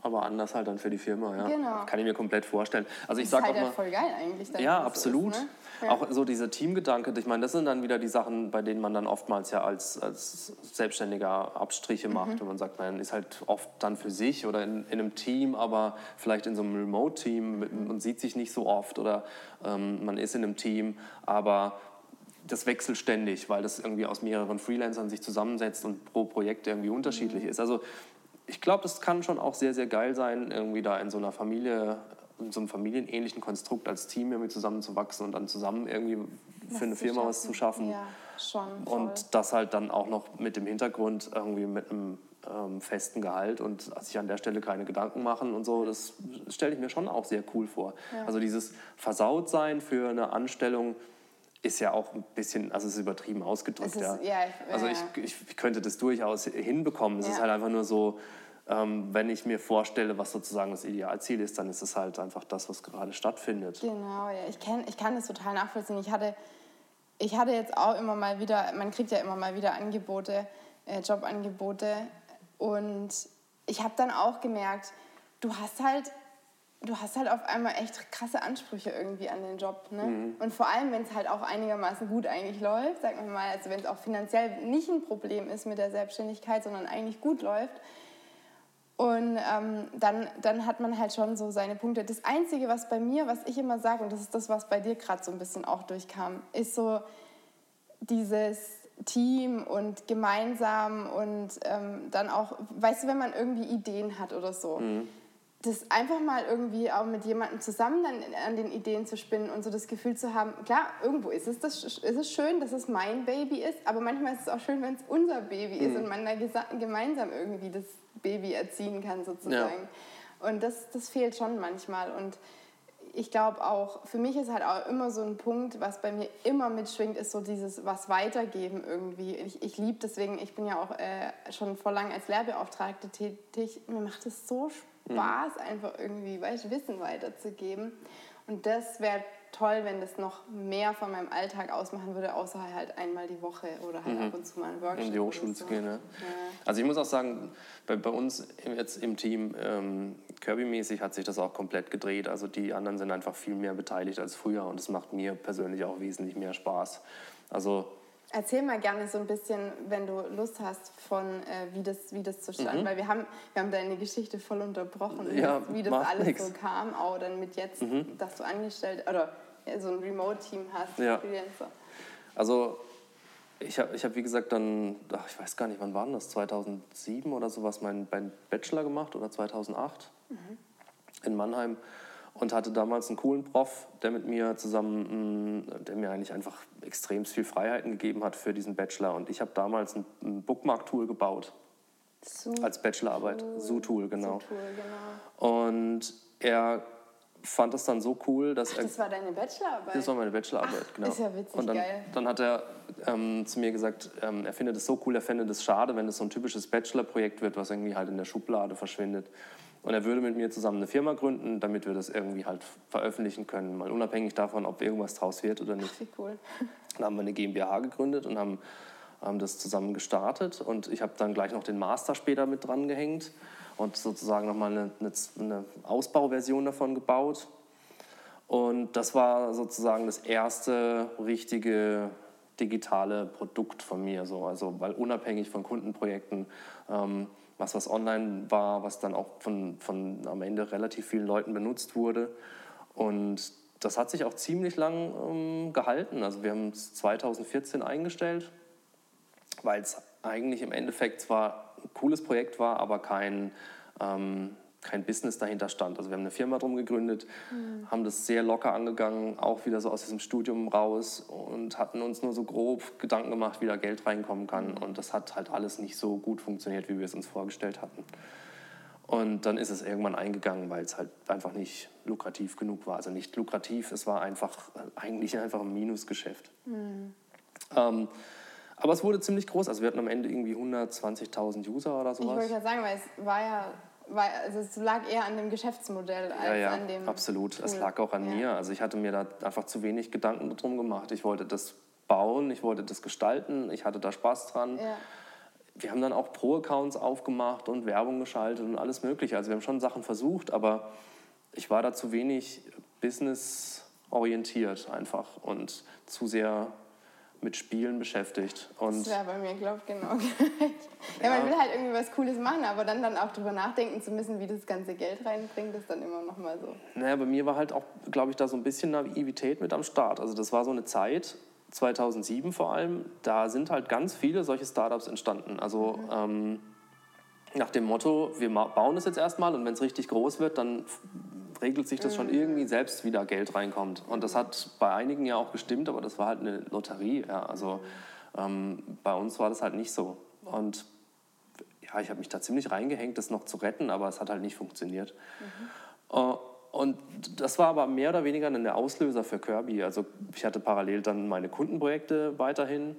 Aber anders halt dann für die Firma, ja. Genau. Kann ich mir komplett vorstellen. Also ich Das sag ist halt auch mal, ja voll geil eigentlich. Dann, ja, dass absolut. es so ist, ne? Ja. Auch so dieser Teamgedanke, ich meine, das sind dann wieder die Sachen, bei denen man dann oftmals ja als, als Selbstständiger Abstriche macht. Mhm. Und man sagt, man ist halt oft dann für sich oder in, in einem Team, aber vielleicht in so einem Remote-Team, mit, man sieht sich nicht so oft oder ähm, man ist in einem Team, aber das wechselt ständig, weil das irgendwie aus mehreren Freelancern sich zusammensetzt und pro Projekt irgendwie unterschiedlich Mhm. ist. Also ich glaube, das kann schon auch sehr, sehr geil sein, irgendwie da in so einer Familie, in so einem familienähnlichen Konstrukt als Team irgendwie zusammenzuwachsen und dann zusammen irgendwie für Was eine zu Firma schaffen. was zu schaffen. Ja, schon. Voll. Und das halt dann auch noch mit dem Hintergrund irgendwie mit einem ähm, festen Gehalt und sich an der Stelle keine Gedanken machen und so, das stelle ich mir schon auch sehr cool vor. Ja. Also dieses Versautsein für eine Anstellung ist ja auch ein bisschen, also es ist übertrieben ausgedrückt. Es ist, ja. ja, ich, Also ja, ich, ich könnte das durchaus hinbekommen. Es ja. ist halt einfach nur so, ähm, wenn ich mir vorstelle, was sozusagen das Idealziel ist, dann ist es halt einfach das, was gerade stattfindet. Genau, ja. Ich, kenn, ich kann das total nachvollziehen. Ich hatte, ich hatte jetzt auch immer mal wieder, man kriegt ja immer mal wieder Angebote, äh, Jobangebote. Und ich habe dann auch gemerkt, du hast halt, du hast halt auf einmal echt krasse Ansprüche irgendwie an den Job. Ne? Mhm. Und vor allem, wenn es halt auch einigermaßen gut eigentlich läuft, sagen wir mal, also wenn es auch finanziell nicht ein Problem ist mit der Selbstständigkeit, sondern eigentlich gut läuft. Und ähm, dann, dann hat man halt schon so seine Punkte. Das Einzige, was bei mir, was ich immer sage, und das ist das, was bei dir gerade so ein bisschen auch durchkam, ist so dieses Team und gemeinsam und ähm, dann auch, weißt du, wenn man irgendwie Ideen hat oder so, Mhm. das einfach mal irgendwie auch mit jemandem zusammen dann an den Ideen zu spinnen und so das Gefühl zu haben, klar, irgendwo ist es, das, ist es schön, dass es mein Baby ist, aber manchmal ist es auch schön, wenn es unser Baby Mhm. ist und man da gesa- gemeinsam irgendwie das Baby erziehen kann sozusagen. Ja. Und das, das fehlt schon manchmal. Und ich glaube auch, für mich ist halt auch immer so ein Punkt, was bei mir immer mitschwingt, ist so dieses was weitergeben irgendwie. Ich, ich liebe deswegen, ich bin ja auch äh, schon vor lang als Lehrbeauftragte tätig. Mir macht es so Spaß, mhm. einfach irgendwie, weißt, Wissen weiterzugeben. Und das wäre toll, wenn das noch mehr von meinem Alltag ausmachen würde, außer halt einmal die Woche oder halt mhm. ab und zu mal ein Workshop. In die Hochschule zu so. gehen, ne? Ja. Also ich muss auch sagen, bei, bei uns jetzt im Team, ähm, Kirby-mäßig hat sich das auch komplett gedreht. Also die anderen sind einfach viel mehr beteiligt als früher und es macht mir persönlich auch wesentlich mehr Spaß. Also erzähl mal gerne so ein bisschen, wenn du Lust hast, von äh, wie das, wie das zustande, mhm. weil wir haben, wir haben deine Geschichte voll unterbrochen, ja, wie das alles nix. so kam, auch dann mit jetzt, mhm. dass du angestellt oder ja, so ein Remote-Team hast, ja. Freelancer. Also ich habe, ich hab, wie gesagt, dann, ach, ich weiß gar nicht, wann war das, zweitausendsieben oder sowas, meinen mein Bachelor gemacht oder zweitausendacht mhm. in Mannheim. Und hatte damals einen coolen Prof, der mit mir zusammen, der mir eigentlich einfach extrem viel Freiheiten gegeben hat für diesen Bachelor. Und ich habe damals ein, ein Bookmark-Tool gebaut, Zoo als Bachelorarbeit. Zoo-Tool, genau. Zoo-Tool, genau. Und er fand das dann so cool, dass Ach, er... das war deine Bachelorarbeit? Das war meine Bachelorarbeit, Ach, genau. Ist ja witzig, und dann, geil. Dann hat er ähm, zu mir gesagt, ähm, er findet es so cool, er fände es schade, wenn es so ein typisches Bachelor-Projekt wird, was irgendwie halt in der Schublade verschwindet. Und er würde mit mir zusammen eine Firma gründen, damit wir das irgendwie halt veröffentlichen können, mal unabhängig davon, ob irgendwas draus wird oder nicht. Ach, wie cool. Dann haben wir eine GmbH gegründet und haben, haben das zusammen gestartet. Und ich habe dann gleich noch den Master später mit dran gehängt und sozusagen nochmal eine, eine, eine Ausbauversion davon gebaut. Und das war sozusagen das erste richtige digitale Produkt von mir, so. Also weil unabhängig von Kundenprojekten, ähm, was was online war, was dann auch von, von am Ende relativ vielen Leuten benutzt wurde. Und das hat sich auch ziemlich lang ähm, gehalten. Also wir haben es zweitausendvierzehn eingestellt, weil es eigentlich im Endeffekt zwar ein cooles Projekt war, aber kein... Ähm, kein Business dahinter stand. Also wir haben eine Firma drum gegründet, mhm. haben das sehr locker angegangen, auch wieder so aus diesem Studium raus und hatten uns nur so grob Gedanken gemacht, wie da Geld reinkommen kann. Mhm. Und das hat halt alles nicht so gut funktioniert, wie wir es uns vorgestellt hatten. Und dann ist es irgendwann eingegangen, weil es halt einfach nicht lukrativ genug war. Also nicht lukrativ, es war einfach eigentlich einfach ein Minusgeschäft. Mhm. Ähm, aber es wurde ziemlich groß. Also wir hatten am Ende irgendwie hundertzwanzigtausend User oder sowas. Ich wollte gerade sagen, weil es war ja... Weil, also es lag eher an dem Geschäftsmodell als ja, ja, an dem absolut. Tool. Es lag auch an ja. mir. Also ich hatte mir da einfach zu wenig Gedanken drum gemacht. Ich wollte das bauen, ich wollte das gestalten, ich hatte da Spaß dran. Ja. wir haben dann auch Pro-Accounts aufgemacht und Werbung geschaltet und alles Mögliche. Also wir haben schon Sachen versucht, aber ich war da zu wenig businessorientiert einfach und zu sehr mit Spielen beschäftigt. Und das wäre bei mir, glaube ich, genau gleich. Ja, man will halt irgendwie was Cooles machen, aber dann, dann auch drüber nachdenken zu müssen, wie das ganze Geld reinbringt, ist dann immer noch mal so. Naja, bei mir war halt auch, glaube ich, da so ein bisschen Naivität mit am Start. Also das war so eine Zeit, zweitausendsieben vor allem, da sind halt ganz viele solche Startups entstanden. Also mhm. ähm, nach dem Motto, wir bauen es jetzt erstmal und wenn es richtig groß wird, dann regelt sich das schon irgendwie selbst, wie da Geld reinkommt. Und das hat bei einigen ja auch gestimmt, aber das war halt eine Lotterie. Ja. Also ähm, bei uns war das halt nicht so. Und ja, ich habe mich da ziemlich reingehängt, das noch zu retten, aber es hat halt nicht funktioniert. Mhm. Uh, und das war aber mehr oder weniger dann der Auslöser für Kirby. Also ich hatte parallel dann meine Kundenprojekte weiterhin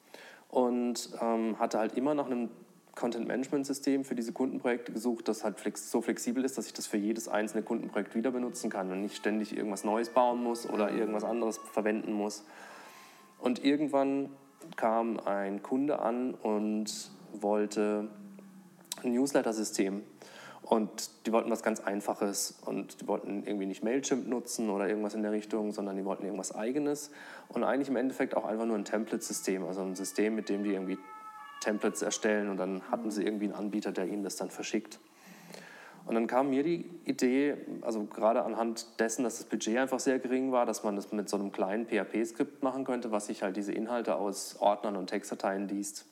und ähm, hatte halt immer nach einem Content-Management-System für diese Kundenprojekte gesucht, das halt flex- so flexibel ist, dass ich das für jedes einzelne Kundenprojekt wieder benutzen kann und nicht ständig irgendwas Neues bauen muss oder irgendwas anderes verwenden muss. Und irgendwann kam ein Kunde an und wollte ein Newsletter-System. Und die wollten was ganz Einfaches und die wollten irgendwie nicht Mailchimp nutzen oder irgendwas in der Richtung, sondern die wollten irgendwas Eigenes und eigentlich im Endeffekt auch einfach nur ein Template-System, also ein System, mit dem die irgendwie Templates erstellen und dann hatten sie irgendwie einen Anbieter, der ihnen das dann verschickt. Und dann kam mir die Idee, also gerade anhand dessen, dass das Budget einfach sehr gering war, dass man das mit so einem kleinen P H P-Skript machen könnte, was sich halt diese Inhalte aus Ordnern und Textdateien liest.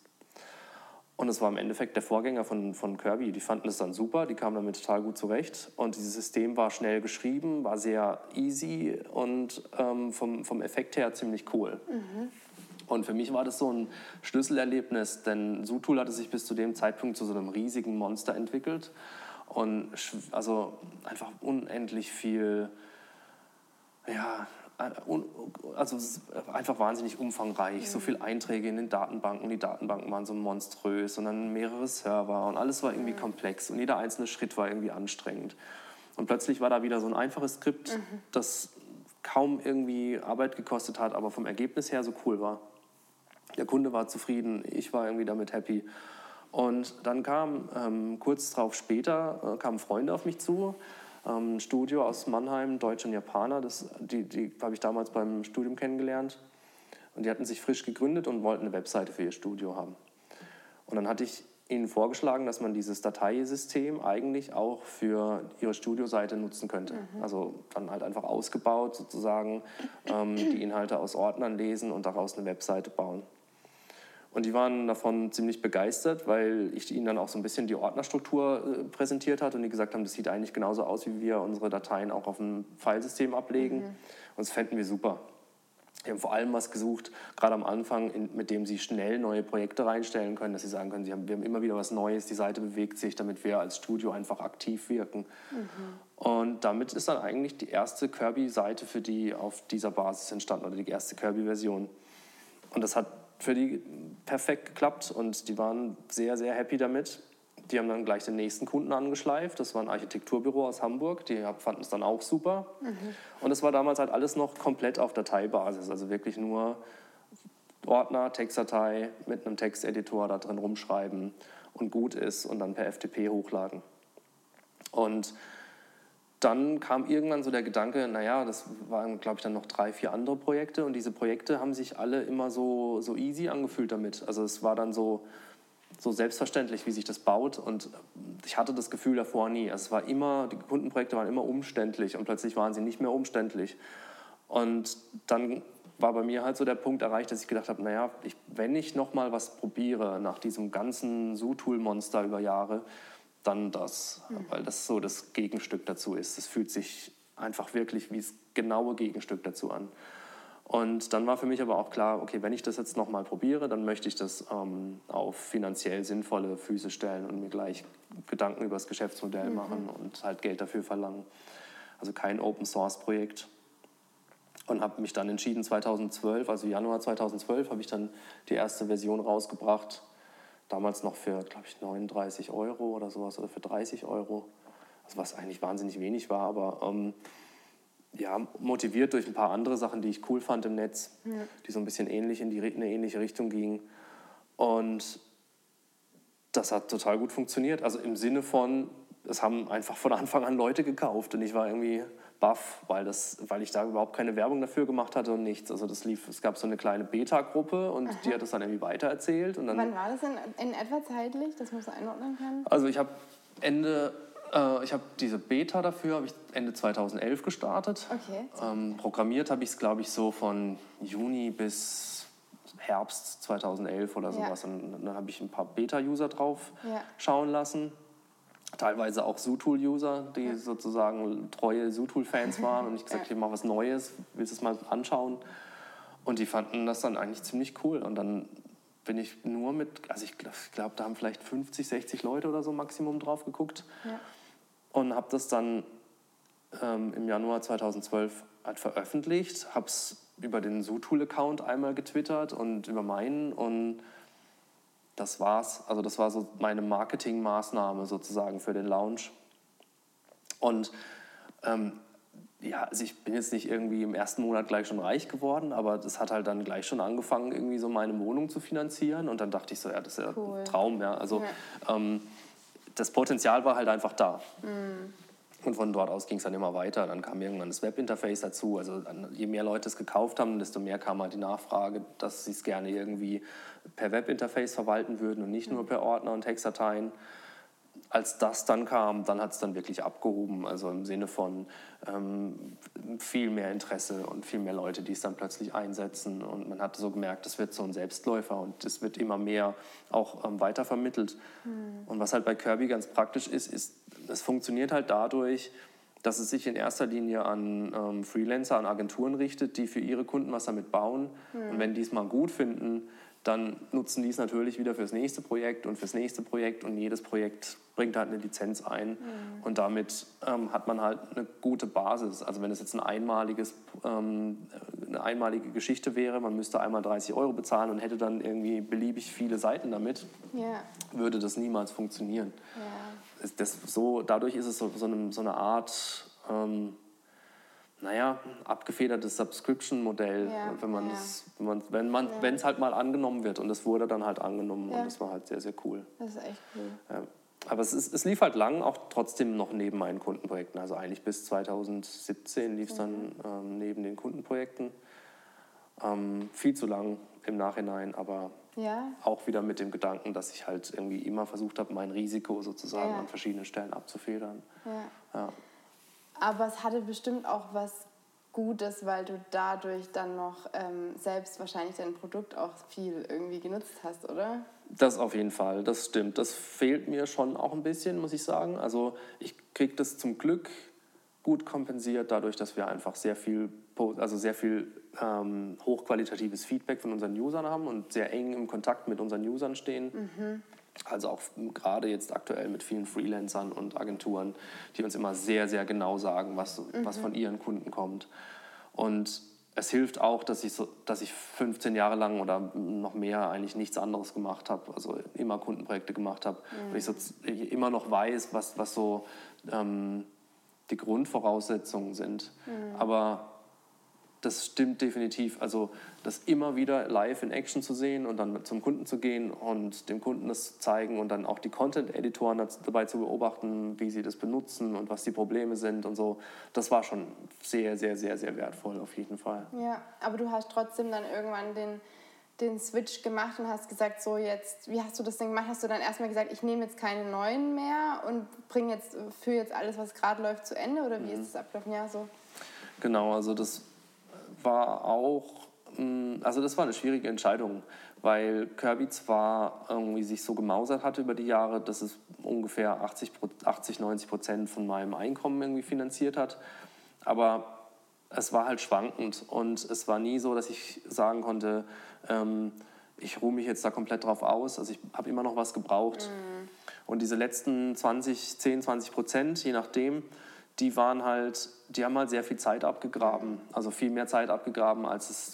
Und das war im Endeffekt der Vorgänger von, von Kirby. Die fanden das dann super, die kamen damit total gut zurecht. Und dieses System war schnell geschrieben, war sehr easy und ähm, vom, vom Effekt her ziemlich cool. Mhm. Und für mich war das so ein Schlüsselerlebnis, denn Zootool hatte sich bis zu dem Zeitpunkt zu so einem riesigen Monster entwickelt und also einfach unendlich viel, ja, also einfach wahnsinnig umfangreich, mhm. so viele Einträge in den Datenbanken, die Datenbanken waren so monströs und dann mehrere Server und alles war irgendwie mhm. komplex und jeder einzelne Schritt war irgendwie anstrengend. Und plötzlich war da wieder so ein einfaches Skript, mhm. das kaum irgendwie Arbeit gekostet hat, aber vom Ergebnis her so cool war. Der Kunde war zufrieden, ich war irgendwie damit happy. Und dann kam ähm, kurz darauf später, äh, kamen Freunde auf mich zu, ähm, ein Studio aus Mannheim, Deutsche und Japaner, das, die, die habe ich damals beim Studium kennengelernt. Und die hatten sich frisch gegründet und wollten eine Webseite für ihr Studio haben. Und dann hatte ich ihnen vorgeschlagen, dass man dieses Dateisystem eigentlich auch für ihre Studioseite nutzen könnte. Mhm. Also dann halt einfach ausgebaut sozusagen, ähm, die Inhalte aus Ordnern lesen und daraus eine Webseite bauen. Und die waren davon ziemlich begeistert, weil ich ihnen dann auch so ein bisschen die Ordnerstruktur äh, präsentiert habe und die gesagt haben, das sieht eigentlich genauso aus, wie wir unsere Dateien auch auf einem Filesystem ablegen. Mhm. Und das fänden wir super. Wir haben vor allem was gesucht, gerade am Anfang, in, mit dem sie schnell neue Projekte reinstellen können, dass sie sagen können, sie haben, wir haben immer wieder was Neues, die Seite bewegt sich, damit wir als Studio einfach aktiv wirken. Mhm. Und damit ist dann eigentlich die erste Kirby-Seite für die auf dieser Basis entstanden, oder die erste Kirby-Version. Und das hat für die perfekt geklappt und die waren sehr, sehr happy damit. Die haben dann gleich den nächsten Kunden angeschleift. Das war ein Architekturbüro aus Hamburg. Die fanden es dann auch super. Mhm. Und es war damals halt alles noch komplett auf Dateibasis. Also wirklich nur Ordner, Textdatei mit einem Texteditor da drin rumschreiben und gut ist und dann per F T P hochladen. Und dann kam irgendwann so der Gedanke, naja, das waren, glaube ich, dann noch drei, vier andere Projekte. Und diese Projekte haben sich alle immer so, so easy angefühlt damit. Also es war dann so... so selbstverständlich, wie sich das baut, und ich hatte das Gefühl davor nie. Es war immer, die Kundenprojekte waren immer umständlich und plötzlich waren sie nicht mehr umständlich. Und dann war bei mir halt so der Punkt erreicht, dass ich gedacht habe, naja, ich, wenn ich noch mal was probiere nach diesem ganzen Zootool-Monster über Jahre, dann das, mhm. weil das so das Gegenstück dazu ist. Es fühlt sich einfach wirklich wie das genaue Gegenstück dazu an. Und dann war für mich aber auch klar, okay, wenn ich das jetzt nochmal probiere, dann möchte ich das ähm, auf finanziell sinnvolle Füße stellen und mir gleich Gedanken über das Geschäftsmodell mhm. machen und halt Geld dafür verlangen. Also kein Open-Source-Projekt. Und habe mich dann entschieden, zweitausendzwölf, also Januar zweitausendzwölf, habe ich dann die erste Version rausgebracht. Damals noch für, glaube ich, neununddreißig Euro oder sowas oder für dreißig Euro. Also was eigentlich wahnsinnig wenig war, aber... Ähm, ja, motiviert durch ein paar andere Sachen, die ich cool fand im Netz, ja. die so ein bisschen ähnlich in die, eine ähnliche Richtung gingen. Und das hat total gut funktioniert. Also im Sinne von, es haben einfach von Anfang an Leute gekauft und ich war irgendwie baff, weil, das, weil ich da überhaupt keine Werbung dafür gemacht hatte und nichts. Also das lief, es gab so eine kleine Beta-Gruppe und Aha. die hat das dann irgendwie weitererzählt. Und dann, wann war das in, in etwa zeitlich, dass man es einordnen kann? Also ich habe Ende, äh, ich habe diese Beta dafür, habe ich Ende zweitausendelf gestartet. Okay. Ähm, programmiert habe ich es, glaube ich, so von Juni bis Herbst zweitausendelf oder sowas. Ja. Und dann habe ich ein paar Beta-User drauf ja. schauen lassen. Teilweise auch Zootool-User, die ja. sozusagen treue Zootool-Fans waren. Und ich gesagt, ja. ich mache was Neues, willst du es mal anschauen? Und die fanden das dann eigentlich ziemlich cool. Und dann bin ich nur mit, also ich glaube, glaub, da haben vielleicht fünfzig, sechzig Leute oder so Maximum drauf geguckt. Ja. Und habe das dann ähm, im Januar zweitausendzwölf halt veröffentlicht. Habe es über den Zootool-Account einmal getwittert und über meinen. Und das war's. Also das war so meine Marketingmaßnahme sozusagen für den Launch. Und ähm, ja, also ich bin jetzt nicht irgendwie im ersten Monat gleich schon reich geworden, aber das hat halt dann gleich schon angefangen, irgendwie so meine Wohnung zu finanzieren. Und dann dachte ich so, ja, das ist ja cool. ein Traum. Ja. Also ja. Ähm, das Potenzial war halt einfach da. Mhm. Und von dort aus ging es dann immer weiter. Dann kam irgendwann das Webinterface dazu. Also je mehr Leute es gekauft haben, desto mehr kam halt die Nachfrage, dass sie es gerne irgendwie per Webinterface verwalten würden und nicht nur per Ordner und Textdateien. Als das dann kam, dann hat es dann wirklich abgehoben. Also im Sinne von ähm, viel mehr Interesse und viel mehr Leute, die es dann plötzlich einsetzen. Und man hat so gemerkt, das wird so ein Selbstläufer und es wird immer mehr auch ähm, weitervermittelt. Mhm. Und was halt bei Kirby ganz praktisch ist, ist, es funktioniert halt dadurch, dass es sich in erster Linie an ähm, Freelancer, an Agenturen richtet, die für ihre Kunden was damit bauen. Mhm. Und wenn die es mal gut finden, dann nutzen die es natürlich wieder fürs nächste Projekt und fürs nächste Projekt und jedes Projekt bringt halt eine Lizenz ein. Mhm. Und damit ähm, hat man halt eine gute Basis. Also wenn es jetzt ein einmaliges, ähm, eine einmalige Geschichte wäre, man müsste einmal dreißig Euro bezahlen und hätte dann irgendwie beliebig viele Seiten damit, ja. würde das niemals funktionieren. Ja. Das, so, dadurch ist es so, so, eine, so eine Art... Ähm, naja, abgefedertes Subscription-Modell, ja, wenn man ja. das, wenn man, wenn man, ja. wenn es halt mal angenommen wird. Und das wurde dann halt angenommen ja. und das war halt sehr, sehr cool. Das ist echt cool. Ja. Aber es, ist, es lief halt lang, auch trotzdem noch neben meinen Kundenprojekten. Also eigentlich bis zweitausendsiebzehn lief es dann ähm, neben den Kundenprojekten. Ähm, viel zu lang im Nachhinein, aber ja. auch wieder mit dem Gedanken, dass ich halt irgendwie immer versucht habe, mein Risiko sozusagen ja. an verschiedenen Stellen abzufedern. Ja. Ja. Aber es hatte bestimmt auch was Gutes, weil du dadurch dann noch ähm, selbst wahrscheinlich dein Produkt auch viel irgendwie genutzt hast, oder? Das auf jeden Fall, das stimmt. Das fehlt mir schon auch ein bisschen, muss ich sagen. Also ich kriege das zum Glück gut kompensiert, dadurch, dass wir einfach sehr viel, also sehr viel ähm, hochqualitatives Feedback von unseren Usern haben und sehr eng im Kontakt mit unseren Usern stehen. Mhm. Also auch gerade jetzt aktuell mit vielen Freelancern und Agenturen, die uns immer sehr, sehr genau sagen, was, mhm. was von ihren Kunden kommt. Und es hilft auch, dass ich, so, dass ich fünfzehn Jahre lang oder noch mehr eigentlich nichts anderes gemacht habe, also immer Kundenprojekte gemacht habe. Mhm. Und ich, so, ich immer noch weiß, was, was so ähm, die Grundvoraussetzungen sind. Mhm. Aber das stimmt definitiv. Also das immer wieder live in Action zu sehen und dann zum Kunden zu gehen und dem Kunden das zu zeigen und dann auch die Content-Editoren dabei zu beobachten, wie sie das benutzen und was die Probleme sind und so. Das war schon sehr, sehr, sehr, sehr wertvoll auf jeden Fall. Ja, aber du hast trotzdem dann irgendwann den, den Switch gemacht und hast gesagt, so jetzt, wie hast du das denn gemacht? Hast du dann erstmal gesagt, ich nehme jetzt keine neuen mehr und bringe jetzt, führe jetzt alles, was gerade läuft, zu Ende? Oder wie mhm. ist das abgelaufen? Ja, so. Genau, also das war auch, also das war eine schwierige Entscheidung, weil Kirby zwar irgendwie sich so gemausert hatte über die Jahre, dass es ungefähr achtzig, neunzig Prozent von meinem Einkommen irgendwie finanziert hat, aber es war halt schwankend und es war nie so, dass ich sagen konnte, ähm, ich ruhe mich jetzt da komplett drauf aus, also ich habe immer noch was gebraucht. Mhm. Und diese letzten zwanzig, zehn, zwanzig Prozent, je nachdem, die waren halt, die haben halt sehr viel Zeit abgegraben, also viel mehr Zeit abgegraben, als es,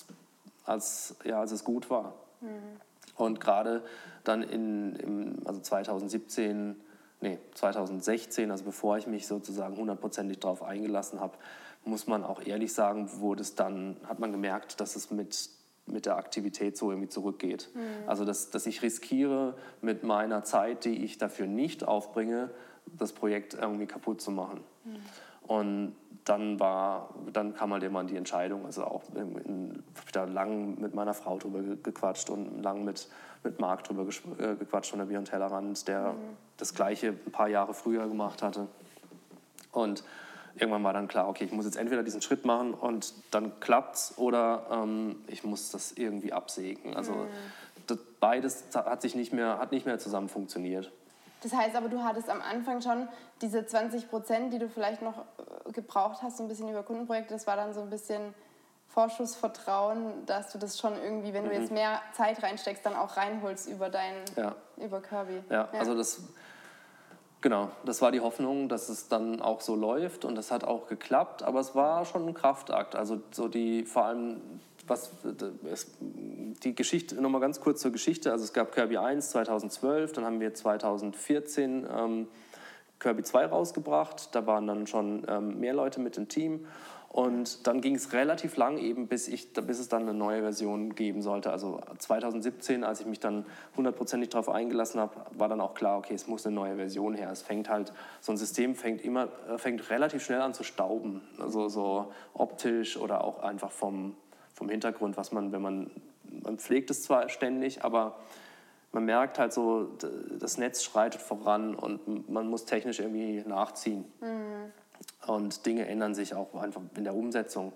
als, ja, als es gut war. Mhm. Und gerade dann in, im, also zweitausendsiebzehn, nee, zweitausendsechzehn, also bevor ich mich sozusagen hundertprozentig darauf eingelassen habe, muss man auch ehrlich sagen, wurde es dann, hat man gemerkt, dass es mit mit der Aktivität so irgendwie zurückgeht. Mhm. Also dass, dass ich riskiere, mit meiner Zeit, die ich dafür nicht aufbringe, das Projekt irgendwie kaputt zu machen. Mhm. Und dann war, dann kam halt immer die Entscheidung, also auch in, in, da lang mit meiner Frau drüber gequatscht und lang mit, mit Marc drüber äh, gequatscht von der Beyond Tellerrand, der mhm. das Gleiche ein paar Jahre früher gemacht hatte. Und irgendwann war dann klar, okay, ich muss jetzt entweder diesen Schritt machen und dann klappt's oder ähm, ich muss das irgendwie absägen. Also mhm. das, beides hat sich nicht mehr, hat nicht mehr zusammen funktioniert. Das heißt aber, du hattest am Anfang schon diese zwanzig Prozent, die du vielleicht noch gebraucht hast, so ein bisschen über Kundenprojekte, das war dann so ein bisschen Vorschussvertrauen, dass du das schon irgendwie, wenn du jetzt mehr Zeit reinsteckst, dann auch reinholst über dein, ja. über Kirby. Ja, ja, also das, genau, das war die Hoffnung, dass es dann auch so läuft und das hat auch geklappt, aber es war schon ein Kraftakt, also so die, vor allem, was, die Geschichte, nochmal ganz kurz zur Geschichte, also es gab Kirby eins zweitausendzwölf, dann haben wir zweitausendvierzehn ähm, Kirby zwei rausgebracht, da waren dann schon ähm, mehr Leute mit im Team und dann ging es relativ lang eben, bis, ich, bis es dann eine neue Version geben sollte. Also zweitausendsiebzehn, als ich mich dann hundertprozentig darauf eingelassen habe, war dann auch klar, okay, es muss eine neue Version her. Es fängt halt, so ein System fängt, immer, fängt relativ schnell an zu stauben, also so optisch oder auch einfach vom vom Hintergrund, was man, wenn man, man pflegt es zwar ständig, aber man merkt halt so, das Netz schreitet voran und man muss technisch irgendwie nachziehen. Mhm. Und Dinge ändern sich auch einfach in der Umsetzung.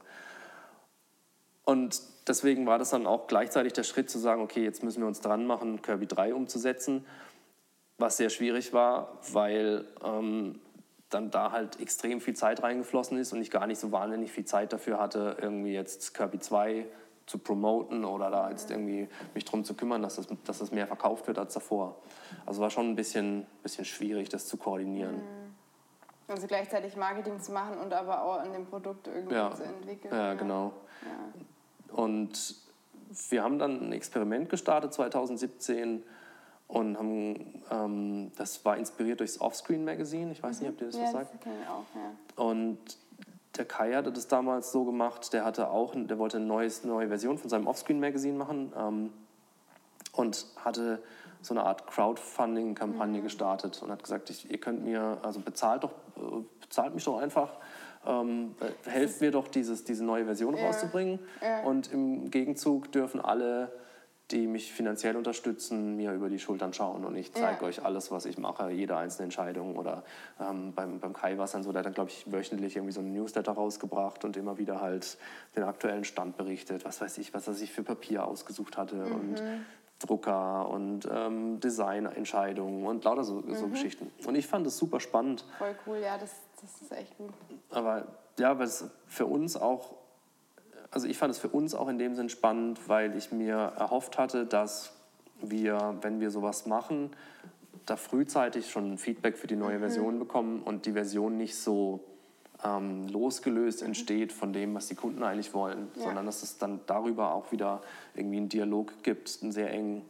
Und deswegen war das dann auch gleichzeitig der Schritt zu sagen, okay, jetzt müssen wir uns dran machen, Kirby drei umzusetzen, was sehr schwierig war, weil ähm, dann da halt extrem viel Zeit reingeflossen ist und ich gar nicht so wahnsinnig viel Zeit dafür hatte, irgendwie jetzt Kirby zwei zu promoten oder da jetzt irgendwie mich drum zu kümmern, dass das, dass das mehr verkauft wird als davor. Also war schon ein bisschen, bisschen schwierig, das zu koordinieren. Also gleichzeitig Marketing zu machen und aber auch an dem Produkt irgendwie ja. zu entwickeln. Ja, ja. genau. Ja. Und wir haben dann ein Experiment gestartet zweitausendsiebzehn und haben, ähm, das war inspiriert durchs Offscreen Magazine. Ich weiß nicht, ob dir das ja, was sagt. Das kenne ich auch, ja. Und der Kai hatte das damals so gemacht, der hatte auch, der wollte eine neues, neue Version von seinem Offscreen Magazine machen ähm, und hatte so eine Art Crowdfunding-Kampagne mhm. gestartet und hat gesagt, ich, ihr könnt mir, also bezahlt doch, bezahlt mich doch einfach, ähm, helft mir doch, dieses, diese neue Version ja. rauszubringen ja. und im Gegenzug dürfen alle, die mich finanziell unterstützen, mir über die Schultern schauen und ich zeige ja. euch alles, was ich mache, jede einzelne Entscheidung. Oder ähm, beim, beim Kai war es dann so, der hat dann, glaube ich, wöchentlich irgendwie so einen Newsletter rausgebracht und immer wieder halt den aktuellen Stand berichtet, was weiß ich, was er sich für Papier ausgesucht hatte mhm. und Drucker und ähm, Designentscheidungen und lauter so, mhm. so Geschichten. Und ich fand das super spannend. Voll cool, ja, das, das ist echt gut. Aber ja, weil es für uns auch, also ich fand es für uns auch in dem Sinn spannend, weil ich mir erhofft hatte, dass wir, wenn wir sowas machen, da frühzeitig schon Feedback für die neue mhm. Version bekommen und die Version nicht so ähm, losgelöst mhm. entsteht von dem, was die Kunden eigentlich wollen, ja. sondern dass es dann darüber auch wieder irgendwie einen Dialog gibt, einen sehr engen.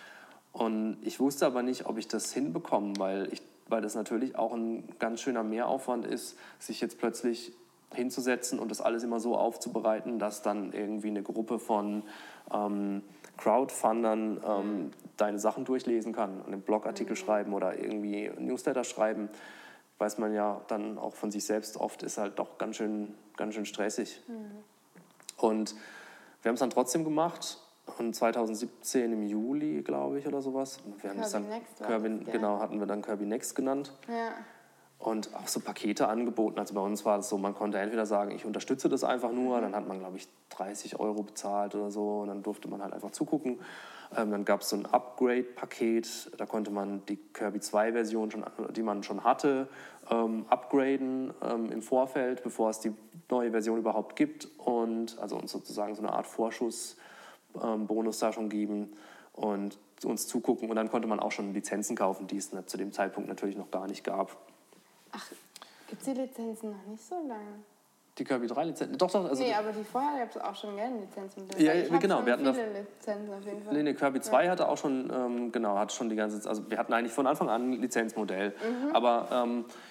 Und ich wusste aber nicht, ob ich das hinbekomme, weil, ich, weil das natürlich auch ein ganz schöner Mehraufwand ist, sich jetzt plötzlich hinzusetzen und das alles immer so aufzubereiten, dass dann irgendwie eine Gruppe von ähm, Crowdfundern ähm, mhm. deine Sachen durchlesen kann und einen Blogartikel mhm. schreiben oder irgendwie einen Newsletter schreiben. Weiß man ja dann auch von sich selbst oft, ist halt doch ganz schön, ganz schön stressig. Mhm. Und wir haben es dann trotzdem gemacht und zweitausendsiebzehn im Juli, glaube ich, oder sowas. Wir haben Kirby dann Next, Kirby, das, genau, hatten wir dann Kirby Next genannt. Ja. Und auch so Pakete angeboten. Also bei uns war es so, man konnte entweder sagen, ich unterstütze das einfach nur, mhm. dann hat man, glaube ich, dreißig Euro bezahlt oder so und dann durfte man halt einfach zugucken. Ähm, dann gab es so ein Upgrade-Paket, da konnte man die Kirby zwei Version, schon, die man schon hatte, ähm, upgraden ähm, im Vorfeld, bevor es die neue Version überhaupt gibt und also uns sozusagen so eine Art Vorschuss-Bonus ähm, da schon geben und uns zugucken. Und dann konnte man auch schon Lizenzen kaufen, die es zu dem Zeitpunkt natürlich noch gar nicht gab. Ach, gibt es die Lizenzen noch nicht so lange? Die Kirby drei Lizenzen? Doch, doch. Also nee, aber die vorher gab es auch schon gerne Lizenzen. Ja, ich genau. Schon wir hatten viele Lizenzen auf jeden Fall. Nee, nee, Kirby zwei ja. hatte auch schon, ähm, genau, hatte schon die ganze Zeit, also wir hatten eigentlich von Anfang an ein Lizenzmodell. Mhm. Aber ähm,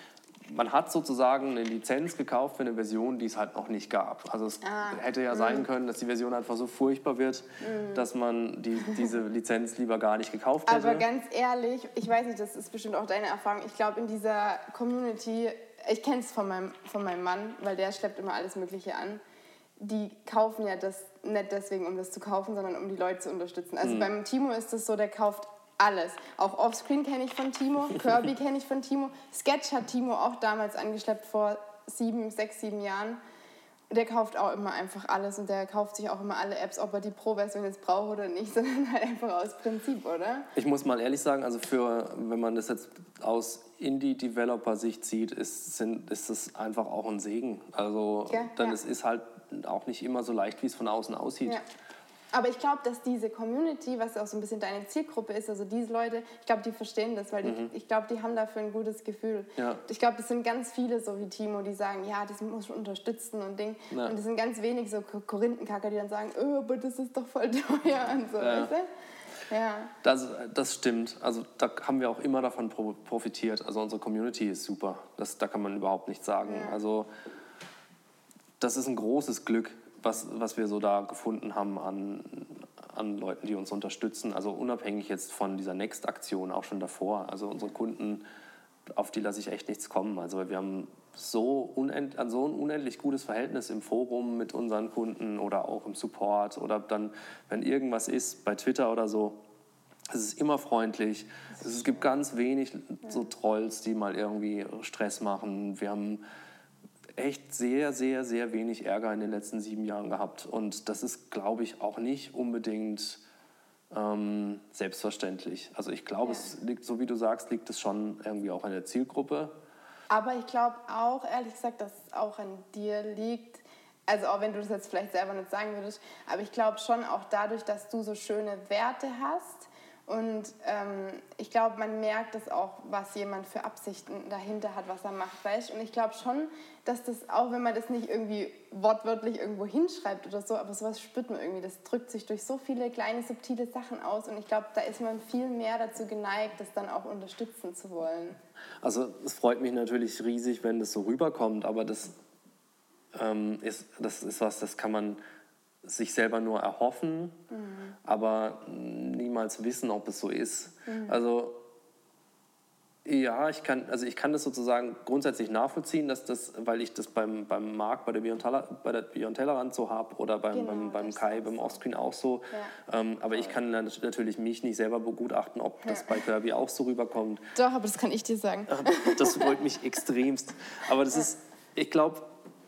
man hat sozusagen eine Lizenz gekauft für eine Version, die es halt noch nicht gab. Also es ah, hätte ja mh. sein können, dass die Version einfach so furchtbar wird, mh. dass man die, diese Lizenz lieber gar nicht gekauft hätte. Aber ganz ehrlich, ich weiß nicht, das ist bestimmt auch deine Erfahrung, ich glaube in dieser Community, ich kenne es von meinem, von meinem Mann, weil der schleppt immer alles Mögliche an, die kaufen ja das nicht deswegen, um das zu kaufen, sondern um die Leute zu unterstützen. Also mhm. beim Timo ist es so, der kauft alles. Auch Offscreen kenne ich von Timo, Kirby kenne ich von Timo, Sketch hat Timo auch damals angeschleppt vor sieben, sechs, sieben Jahren. Der kauft auch immer einfach alles und der kauft sich auch immer alle Apps, ob er die Pro-Version jetzt braucht oder nicht, sondern halt einfach aus Prinzip, oder? Ich muss mal ehrlich sagen, also für, wenn man das jetzt aus Indie-Developer-Sicht sieht, ist, sind, ist das einfach auch ein Segen. Also ja, dann ja. es ist halt auch nicht immer so leicht, wie es von außen aussieht. Ja. Aber ich glaube, dass diese Community, was auch so ein bisschen deine Zielgruppe ist, also diese Leute, ich glaube, die verstehen das, weil die, mhm. ich glaube, die haben dafür ein gutes Gefühl. Ja. Ich glaube, das sind ganz viele, so wie Timo, die sagen, ja, das muss man unterstützen und Ding. Ja. Und das sind ganz wenig so Korinthenkacker, die dann sagen, oh, aber das ist doch voll teuer und so, ja. weißt du? Ja. Das, das stimmt. Also da haben wir auch immer davon profitiert. Also unsere Community ist super. Das, da kann man überhaupt nichts sagen. Ja. Also das ist ein großes Glück, was, was wir so da gefunden haben an, an Leuten, die uns unterstützen. Also unabhängig jetzt von dieser Next-Aktion, auch schon davor. Also unsere Kunden, auf die lasse ich echt nichts kommen. Also wir haben so, unend, so ein unendlich gutes Verhältnis im Forum mit unseren Kunden oder auch im Support. Oder dann, wenn irgendwas ist, bei Twitter oder so. Es ist immer freundlich. Es gibt ganz wenig so Trolls, die mal irgendwie Stress machen. Wir haben echt sehr, sehr, sehr wenig Ärger in den letzten sieben Jahren gehabt. Und das ist, glaube ich, auch nicht unbedingt ähm, selbstverständlich. Also ich glaube, ja. es liegt, so wie du sagst, liegt es schon irgendwie auch an der Zielgruppe. Aber ich glaube auch, ehrlich gesagt, dass es auch an dir liegt. Also auch wenn du das jetzt vielleicht selber nicht sagen würdest. Aber ich glaube schon auch dadurch, dass du so schöne Werte hast. Und ähm, ich glaube, man merkt es auch, was jemand für Absichten dahinter hat, was er macht, weißt? Und ich glaube schon, dass das, auch wenn man das nicht irgendwie wortwörtlich irgendwo hinschreibt oder so, aber sowas spürt man irgendwie. Das drückt sich durch so viele kleine, subtile Sachen aus. Und ich glaube, da ist man viel mehr dazu geneigt, das dann auch unterstützen zu wollen. Also es freut mich natürlich riesig, wenn das so rüberkommt, aber das, ähm, ist, das ist was, das kann man sich selber nur erhoffen, mhm. aber niemals wissen, ob es so ist. Mhm. Also ja, ich kann, also ich kann das sozusagen grundsätzlich nachvollziehen, dass das, weil ich das beim, beim Marc, bei der Beyond Tellerrand so habe oder beim, genau, beim, beim Kai, beim Offscreen auch so. Ja. Ähm, aber ich kann natürlich mich nicht selber begutachten, ob das ja. bei Kirby auch so rüberkommt. Doch, aber das kann ich dir sagen. Das freut mich extremst. Aber das ja. ist, ich glaube,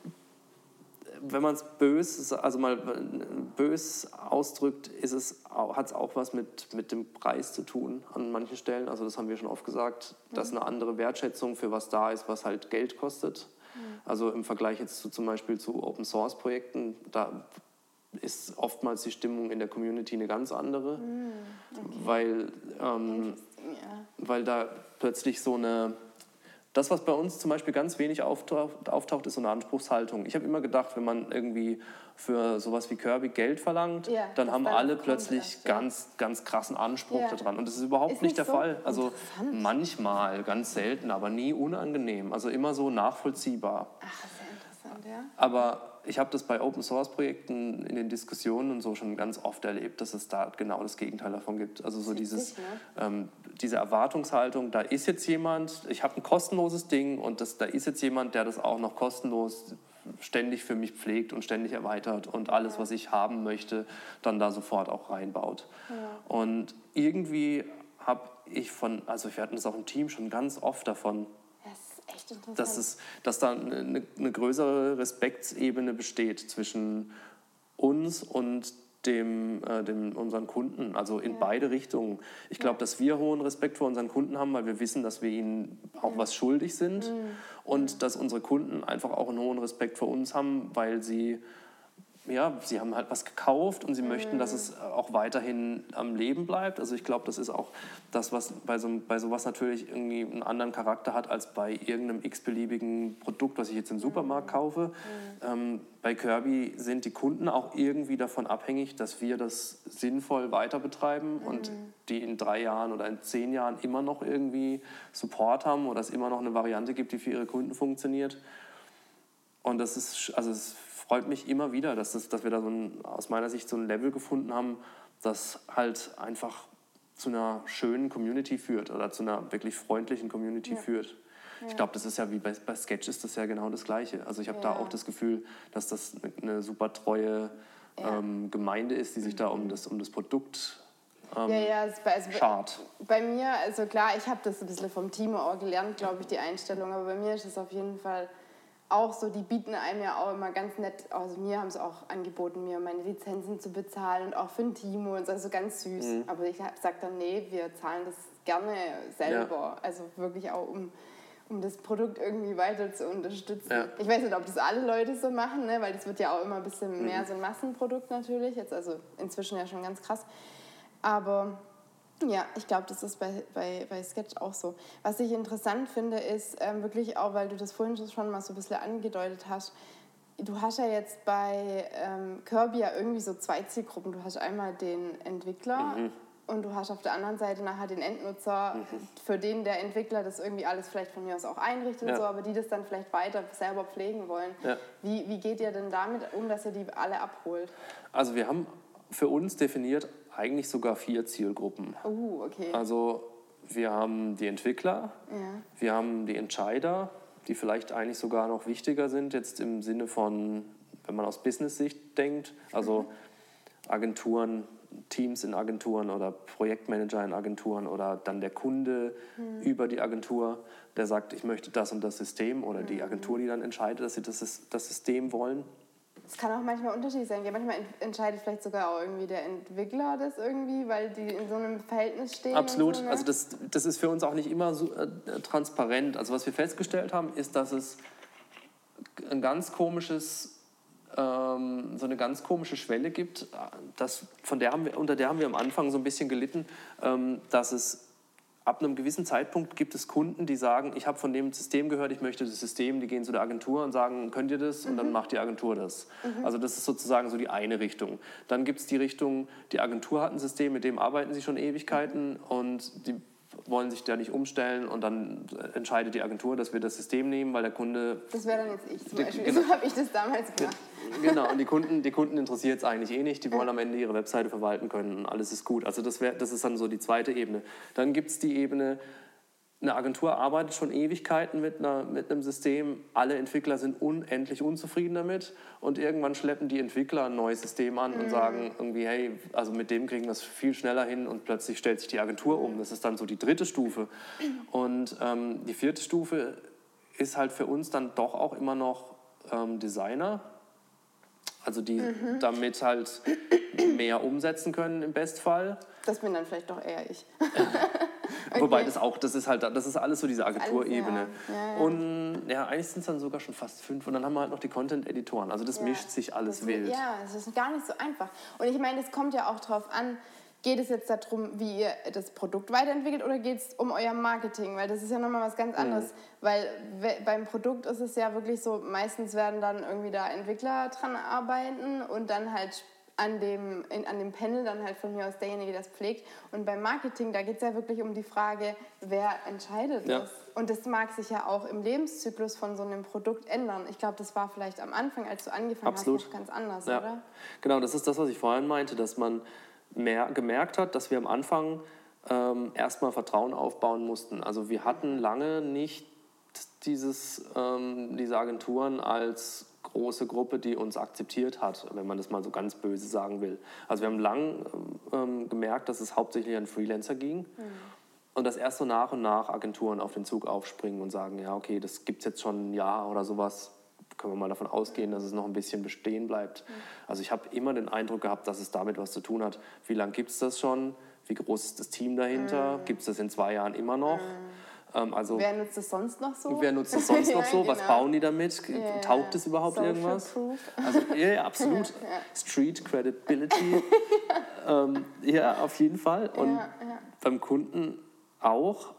wenn man es bös, also mal bös ausdrückt, ist es, hat es auch was mit, mit dem Preis zu tun an manchen Stellen. Also das haben wir schon oft gesagt, mhm. dass eine andere Wertschätzung für was da ist, was halt Geld kostet. Mhm. Also im Vergleich jetzt zu, zum Beispiel zu Open-Source-Projekten, da ist oftmals die Stimmung in der Community eine ganz andere, mhm. okay. weil, ähm, ja. weil da plötzlich so eine... Das, was bei uns zum Beispiel ganz wenig auftaucht, auftaucht ist so eine Anspruchshaltung. Ich habe immer gedacht, wenn man irgendwie für sowas wie Kirby Geld verlangt, ja, dann haben alle plötzlich das, ja. ganz, ganz krassen Anspruch ja. daran. Und das ist überhaupt ist nicht, nicht der so Fall. Also manchmal, ganz selten, aber nie unangenehm. Also immer so nachvollziehbar. Ach, sehr interessant, ja. Aber ich habe das bei Open-Source-Projekten in den Diskussionen und so schon ganz oft erlebt, dass es da genau das Gegenteil davon gibt. Also so dieses, ne? ähm, diese Erwartungshaltung, da ist jetzt jemand, ich habe ein kostenloses Ding und das, da ist jetzt jemand, der das auch noch kostenlos ständig für mich pflegt und ständig erweitert und alles, ja. was ich haben möchte, dann da sofort auch reinbaut. Ja. Und irgendwie habe ich von, also wir hatten das auch im Team schon ganz oft davon, Dass, es, dass da eine, eine größere Respektsebene besteht zwischen uns und dem, äh, dem, unseren Kunden, also in ja. beide Richtungen. Ich glaube, ja. dass wir hohen Respekt vor unseren Kunden haben, weil wir wissen, dass wir ihnen auch mhm. was schuldig sind mhm. und mhm. dass unsere Kunden einfach auch einen hohen Respekt vor uns haben, weil sie ja, sie haben halt was gekauft und sie mm. möchten, dass es auch weiterhin am Leben bleibt. Also ich glaube, das ist auch das, was bei, so, bei sowas natürlich irgendwie einen anderen Charakter hat als bei irgendeinem x-beliebigen Produkt, was ich jetzt im Supermarkt kaufe. Mm. Ähm, bei Kirby sind die Kunden auch irgendwie davon abhängig, dass wir das sinnvoll weiter betreiben mm. und die in drei Jahren oder in zehn Jahren immer noch irgendwie Support haben oder es immer noch eine Variante gibt, die für ihre Kunden funktioniert. Und das ist, also es freut mich immer wieder, dass, das, dass wir da so ein, aus meiner Sicht so ein Level gefunden haben, das halt einfach zu einer schönen Community führt oder zu einer wirklich freundlichen Community ja. führt. Ja. Ich glaube, das ist ja wie bei, bei Sketch ist das ja genau das Gleiche. Also ich habe ja. da auch das Gefühl, dass das eine, eine super treue ja. ähm, Gemeinde ist, die sich mhm. da um das, um das Produkt ähm, ja, ja, also bei, also schart. Bei mir, also klar, ich habe das ein bisschen vom Team auch gelernt, glaube ich, die Einstellung, aber bei mir ist es auf jeden Fall auch so, die bieten einem ja auch immer ganz nett, also mir haben sie auch angeboten, mir meine Lizenzen zu bezahlen und auch für ein Timo und so, also ganz süß. Mhm. Aber ich sage dann, nee, wir zahlen das gerne selber, ja. also wirklich auch, um, um das Produkt irgendwie weiter zu unterstützen. Ja. Ich weiß nicht, ob das alle Leute so machen, ne? Weil das wird ja auch immer ein bisschen mhm. mehr so ein Massenprodukt natürlich, jetzt also inzwischen ja schon ganz krass. Aber ja, ich glaube, das ist bei, bei, bei Sketch auch so. Was ich interessant finde, ist ähm, wirklich auch, weil du das vorhin schon mal so ein bisschen angedeutet hast, du hast ja jetzt bei ähm, Kirby ja irgendwie so zwei Zielgruppen. Du hast einmal den Entwickler mhm. und du hast auf der anderen Seite nachher den Endnutzer, mhm. für den der Entwickler das irgendwie alles vielleicht von mir aus auch einrichtet, ja. so, aber die das dann vielleicht weiter selber pflegen wollen. Ja. Wie, wie geht ihr denn damit um, dass ihr die alle abholt? Also wir haben für uns definiert eigentlich sogar vier Zielgruppen. Uh, okay. Also wir haben die Entwickler, ja. wir haben die Entscheider, die vielleicht eigentlich sogar noch wichtiger sind, jetzt im Sinne von, wenn man aus Business-Sicht denkt, also Agenturen, Teams in Agenturen oder Projektmanager in Agenturen oder dann der Kunde mhm. über die Agentur, der sagt, ich möchte das und das System oder mhm. die Agentur, die dann entscheidet, dass sie das, das System wollen. Es kann auch manchmal unterschiedlich sein. Ja, manchmal entscheidet vielleicht sogar auch irgendwie der Entwickler das irgendwie, weil die in so einem Verhältnis stehen. Absolut. So, ne? Also das, das ist für uns auch nicht immer so äh, transparent. Also was wir festgestellt haben, ist, dass es ein ganz komisches, ähm, so eine ganz komische Schwelle gibt. Das, von der haben wir, unter der haben wir am Anfang so ein bisschen gelitten, ähm, dass es ab einem gewissen Zeitpunkt gibt es Kunden, die sagen, ich habe von dem System gehört, ich möchte das System, die gehen zu der Agentur und sagen, könnt ihr das? Und mhm. dann macht die Agentur das. Mhm. Also das ist sozusagen so die eine Richtung. Dann gibt es die Richtung, die Agentur hat ein System, mit dem arbeiten sie schon Ewigkeiten mhm. und die wollen sich da nicht umstellen und dann entscheidet die Agentur, dass wir das System nehmen, weil der Kunde... Das wäre dann jetzt ich zum Beispiel, genau, so habe ich das damals gemacht. Genau, und die Kunden, die Kunden interessiert es eigentlich eh nicht, die wollen am Ende ihre Webseite verwalten können und alles ist gut. Also das, wär, das ist dann so die zweite Ebene. Dann gibt es die Ebene, eine Agentur arbeitet schon Ewigkeiten mit, einer, mit einem System, alle Entwickler sind unendlich unzufrieden damit und irgendwann schleppen die Entwickler ein neues System an und mhm. sagen irgendwie, hey, also mit dem kriegen wir es viel schneller hin und plötzlich stellt sich die Agentur um. Das ist dann so die dritte Stufe. Und ähm, die vierte Stufe ist halt für uns dann doch auch immer noch ähm, Designer, also die mhm. damit halt mehr umsetzen können im Bestfall. Das bin dann vielleicht doch eher ich. Okay. Wobei das auch, das ist halt, das ist alles so diese Agenturebene. Ja. Ja, ja. Und ja, eigentlich sind es dann sogar schon fast fünf. Und dann haben wir halt noch die Content-Editoren. Also das ja. mischt sich alles das, wild. Ja, das ist gar nicht so einfach. Und ich meine, es kommt ja auch drauf an, geht es jetzt darum, wie ihr das Produkt weiterentwickelt oder geht es um euer Marketing? Weil das ist ja nochmal was ganz anderes. Mhm. Weil beim Produkt ist es ja wirklich so, meistens werden dann irgendwie da Entwickler dran arbeiten und dann halt an dem, in, an dem Panel dann halt von mir aus derjenige, der das pflegt. Und beim Marketing, da geht es ja wirklich um die Frage, wer entscheidet ja. das? Und das mag sich ja auch im Lebenszyklus von so einem Produkt ändern. Ich glaube, das war vielleicht am Anfang, als du angefangen Absolut. hast, noch ganz anders, ja. oder? Genau, das ist das, was ich vorhin meinte, dass man mehr gemerkt hat, dass wir am Anfang ähm, erstmal Vertrauen aufbauen mussten. Also wir hatten lange nicht dieses, ähm, diese Agenturen als große Gruppe, die uns akzeptiert hat, wenn man das mal so ganz böse sagen will. Also wir haben lang ähm, gemerkt, dass es hauptsächlich an Freelancer ging mhm. und dass erst so nach und nach Agenturen auf den Zug aufspringen und sagen, ja okay, das gibt es jetzt schon ein Jahr oder sowas, können wir mal davon ausgehen, dass es noch ein bisschen bestehen bleibt. Mhm. Also ich habe immer den Eindruck gehabt, dass es damit was zu tun hat. Wie lange gibt es das schon? Wie groß ist das Team dahinter? Mhm. Gibt es das in zwei Jahren immer noch? Mhm. Ähm, also, wer nutzt es sonst noch so? Wer nutzt es sonst noch so? Ja, Was genau. bauen die damit? Ja, Taugt es überhaupt Social irgendwas? Proof. Also, ja, ja, absolut. Ja, ja. Street Credibility. ähm, ja, auf jeden Fall. Und Ja, ja. beim Kunden auch.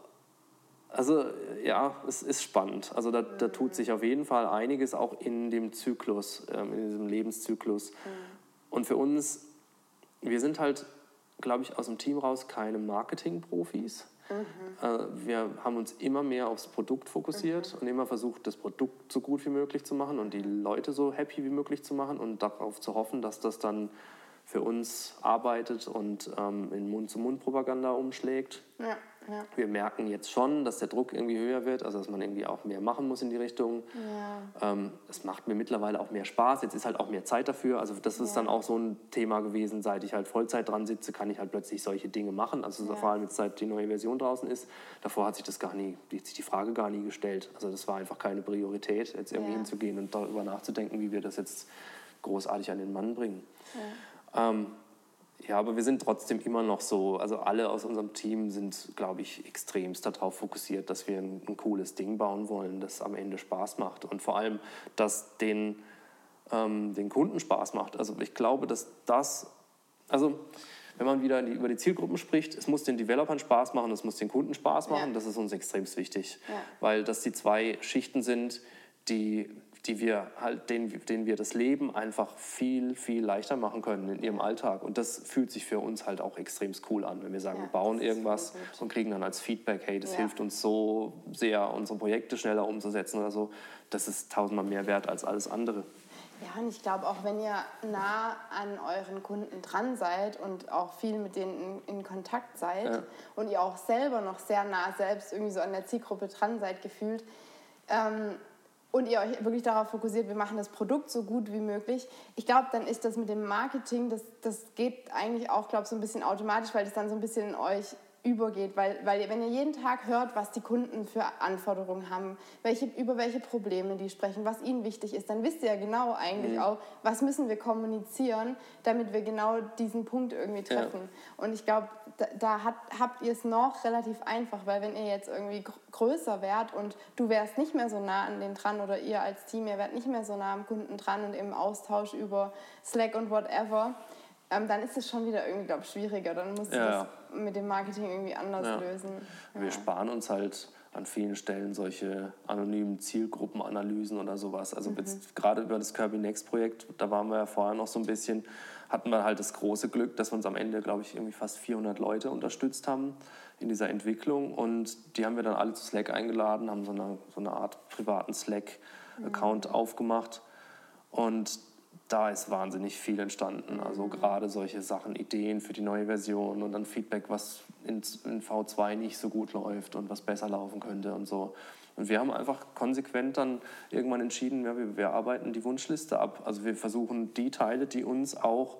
Also ja, es ist spannend. Also da, da tut sich auf jeden Fall einiges auch in dem Zyklus, ähm, in diesem Lebenszyklus. Mhm. Und für uns, wir sind halt, glaube ich, aus dem Team raus keine Marketing-Profis. Mhm. Äh, wir haben uns immer mehr aufs Produkt fokussiert mhm. und immer versucht, das Produkt so gut wie möglich zu machen und die Leute so happy wie möglich zu machen und darauf zu hoffen, dass das dann für uns arbeitet und ähm, in Mund-zu-Mund-Propaganda umschlägt. Ja. Ja. Wir merken jetzt schon, dass der Druck irgendwie höher wird, also dass man irgendwie auch mehr machen muss in die Richtung. Ja. Ähm, das macht mir mittlerweile auch mehr Spaß, jetzt ist halt auch mehr Zeit dafür. Also das ist ja. dann auch so ein Thema gewesen, seit ich halt Vollzeit dran sitze, kann ich halt plötzlich solche Dinge machen. Also ja. vor allem jetzt, seit die neue Version draußen ist. Davor hat sich das gar nie, hat sich die Frage gar nie gestellt. Also das war einfach keine Priorität, jetzt irgendwie ja. hinzugehen und darüber nachzudenken, wie wir das jetzt großartig an den Mann bringen. Ja. Ähm, Ja, aber wir sind trotzdem immer noch so, also alle aus unserem Team sind, glaube ich, extremst darauf fokussiert, dass wir ein, ein cooles Ding bauen wollen, das am Ende Spaß macht und vor allem, dass den, ähm, den Kunden Spaß macht. Also ich glaube, dass das, also wenn man wieder die, über die Zielgruppen spricht, es muss den Developern Spaß machen, es muss den Kunden Spaß machen, ja. das ist uns extremst wichtig, ja. weil das die zwei Schichten sind, die... die wir halt, denen, denen wir das Leben einfach viel, viel leichter machen können in ihrem Alltag. Und das fühlt sich für uns halt auch extrem cool an, wenn wir sagen, ja, wir bauen irgendwas und kriegen dann als Feedback, hey, das ja. hilft uns so sehr, unsere Projekte schneller umzusetzen oder so. Das ist tausendmal mehr wert als alles andere. Ja, und ich glaube auch, wenn ihr nah an euren Kunden dran seid und auch viel mit denen in, in Kontakt seid ja. und ihr auch selber noch sehr nah selbst irgendwie so an der Zielgruppe dran seid gefühlt, ähm, und ihr euch wirklich darauf fokussiert, wir machen das Produkt so gut wie möglich, ich glaube, dann ist das mit dem Marketing, das, das geht eigentlich auch, glaube ich, so ein bisschen automatisch, weil das dann so ein bisschen in euch übergeht. Weil, weil wenn ihr jeden Tag hört, was die Kunden für Anforderungen haben, welche, über welche Probleme die sprechen, was ihnen wichtig ist, dann wisst ihr ja genau eigentlich mhm. auch, was müssen wir kommunizieren, damit wir genau diesen Punkt irgendwie treffen. Ja. Und ich glaube, da, da hat, habt ihr es noch relativ einfach, weil wenn ihr jetzt irgendwie gr- größer wärt und du wärst nicht mehr so nah an den dran oder ihr als Team, ihr wärt nicht mehr so nah am Kunden dran und im Austausch über Slack und whatever, ähm, dann ist es schon wieder irgendwie, glaube ich, schwieriger. Dann musst du ja. das mit dem Marketing irgendwie anders ja. lösen. Ja. Wir sparen uns halt an vielen Stellen solche anonymen Zielgruppenanalysen oder sowas. Also mhm. jetzt gerade über das Kirby Next Projekt, da waren wir ja vorher noch so ein bisschen, hatten wir halt das große Glück, dass wir uns am Ende, glaube ich, irgendwie fast vierhundert Leute unterstützt haben in dieser Entwicklung. Und die haben wir dann alle zu Slack eingeladen, haben so eine, so eine Art privaten Slack-Account mhm. aufgemacht. Und da ist wahnsinnig viel entstanden. Also gerade solche Sachen, Ideen für die neue Version und dann Feedback, was in, in V zwei nicht so gut läuft und was besser laufen könnte und so. Und wir haben einfach konsequent dann irgendwann entschieden, ja, wir, wir arbeiten die Wunschliste ab. Also wir versuchen die Teile, die uns auch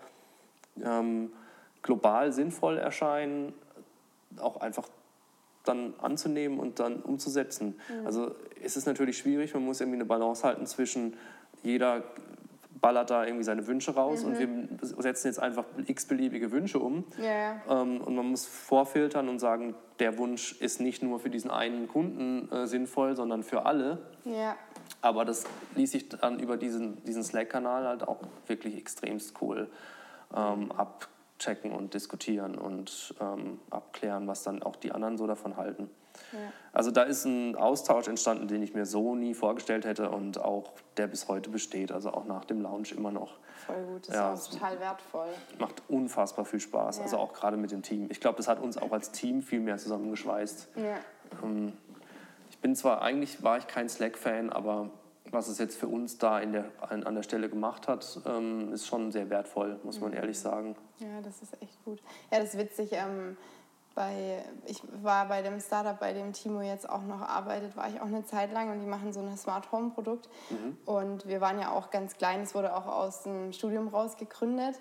ähm, global sinnvoll erscheinen, auch einfach dann anzunehmen und dann umzusetzen. Mhm. Also es ist natürlich schwierig, man muss irgendwie eine Balance halten zwischen jeder ballert da irgendwie seine Wünsche raus mhm. und wir setzen jetzt einfach x-beliebige Wünsche um. Ja. Ähm, und man muss vorfiltern und sagen, der Wunsch ist nicht nur für diesen einen Kunden äh, sinnvoll, sondern für alle. Ja. Aber das ließ sich dann über diesen, diesen Slack-Kanal halt auch wirklich extremst cool ähm, abchecken und diskutieren und ähm, abklären, was dann auch die anderen so davon halten. Ja. Also da ist ein Austausch entstanden, den ich mir so nie vorgestellt hätte und auch der bis heute besteht, also auch nach dem Launch immer noch. Voll gut, das ja, ist auch total wertvoll. Macht unfassbar viel Spaß, ja. also auch gerade mit dem Team. Ich glaube, das hat uns auch als Team viel mehr zusammengeschweißt. Ja. Ähm, ich bin zwar, eigentlich war ich kein Slack-Fan, aber was es jetzt für uns da in der, an, an der Stelle gemacht hat, ähm, ist schon sehr wertvoll, muss man mhm. ehrlich sagen. Ja, das ist echt gut. Ja, das ist witzig. Ähm, Bei, ich war bei dem Startup, bei dem Timo jetzt auch noch arbeitet, war ich auch eine Zeit lang und die machen so ein Smart Home Produkt mhm. und wir waren ja auch ganz klein, es wurde auch aus dem Studium raus gegründet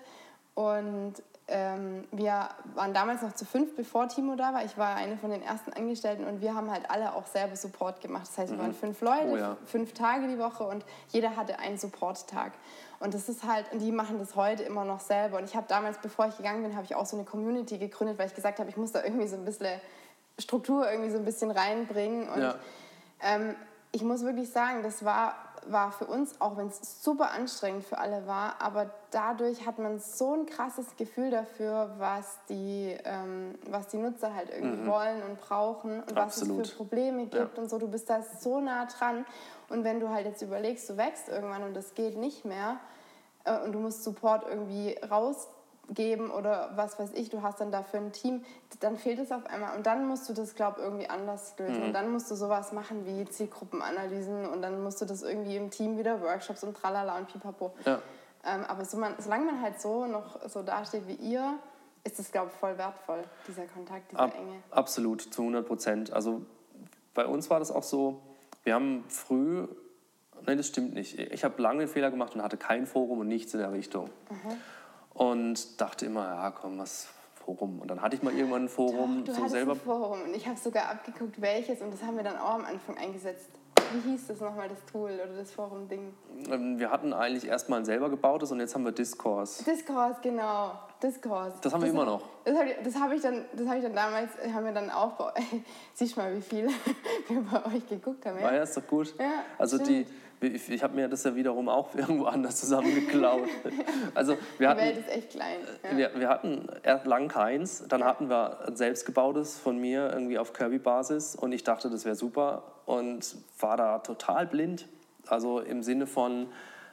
und ähm, wir waren damals noch zu fünf, bevor Timo da war. Ich war eine von den ersten Angestellten und wir haben halt alle auch selber Support gemacht. Das heißt, wir mhm. waren fünf Leute, oh ja. fünf Tage die Woche und jeder hatte einen Support-Tag. Und das ist halt, und die machen das heute immer noch selber. Und ich habe damals, bevor ich gegangen bin, habe ich auch so eine Community gegründet, weil ich gesagt habe, ich muss da irgendwie so ein bisschen Struktur irgendwie so ein bisschen reinbringen. Und ja. ähm, ich muss wirklich sagen, das war, war für uns, auch wenn es super anstrengend für alle war, aber dadurch hat man so ein krasses Gefühl dafür, was die, ähm, was die Nutzer halt irgendwie mhm. wollen und brauchen und Absolut. was es für Probleme gibt ja. und so. Du bist da so nah dran. Und wenn du halt jetzt überlegst, du wächst irgendwann und das geht nicht mehr äh, und du musst Support irgendwie rausgeben oder was weiß ich, du hast dann dafür ein Team, dann fehlt es auf einmal. Und dann musst du das, glaube ich, irgendwie anders lösen. Mhm. Und dann musst du sowas machen wie Zielgruppenanalysen und dann musst du das irgendwie im Team wieder Workshops und tralala und pipapo. Ja. Ähm, aber so man, solange man halt so noch so dasteht wie ihr, ist das, glaube ich, voll wertvoll, dieser Kontakt, diese Ab, Enge. Absolut, zu hundert Prozent. Also bei uns war das auch so, wir haben früh, nein, das stimmt nicht, ich habe lange den Fehler gemacht und hatte kein Forum und nichts in der Richtung. Mhm. Und dachte immer, ja komm, was Forum. Und dann hatte ich mal irgendwann ein Forum. Doch, du so hattest selber ein Forum und ich habe sogar abgeguckt, welches, und das haben wir dann auch am Anfang eingesetzt. Wie hieß das nochmal, das Tool oder das Forum-Ding? Wir hatten eigentlich erstmal ein selber gebautes und jetzt haben wir Discourse. Discourse, genau. Discourse. Das haben wir das immer noch. Das habe ich, das hab ich, dann, das hab ich dann damals, haben wir dann auch, siehst mal, wie viel wir bei euch geguckt haben. Ja, ja ist doch gut. Ja, also die, ich, ich habe mir das ja wiederum auch irgendwo anders zusammengeklaut. Also wir hatten, die Welt ist echt klein. Ja. Wir, wir hatten erst lang keins, dann ja. hatten wir ein selbstgebautes von mir irgendwie auf Kirby-Basis und ich dachte, das wäre super und war da total blind. Also im Sinne von,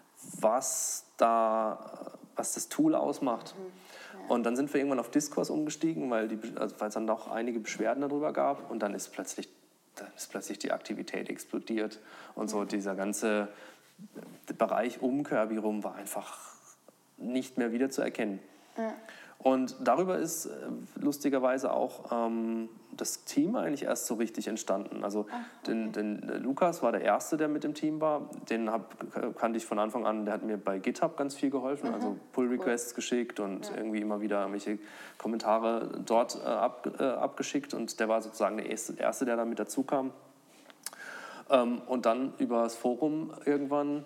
was, da, was das Tool ausmacht. Mhm. Ja. Und dann sind wir irgendwann auf Discourse umgestiegen, weil, die, also weil es dann doch einige Beschwerden darüber gab und dann ist plötzlich dann ist plötzlich die Aktivität explodiert und so dieser ganze Bereich um Kirby rum war einfach nicht mehr wiederzuerkennen. Ja. Und darüber ist äh, lustigerweise auch ähm, das Team eigentlich erst so richtig entstanden. Also Ach, okay. den, den äh, Lukas war der Erste, der mit dem Team war. Den hab, kannte ich von Anfang an, der hat mir bei GitHub ganz viel geholfen, mhm. also Pull-Requests cool. geschickt und ja. irgendwie immer wieder irgendwelche Kommentare dort äh, ab, äh, abgeschickt und der war sozusagen der Erste, Erste der da mit dazu kam. Ähm, und dann über das Forum irgendwann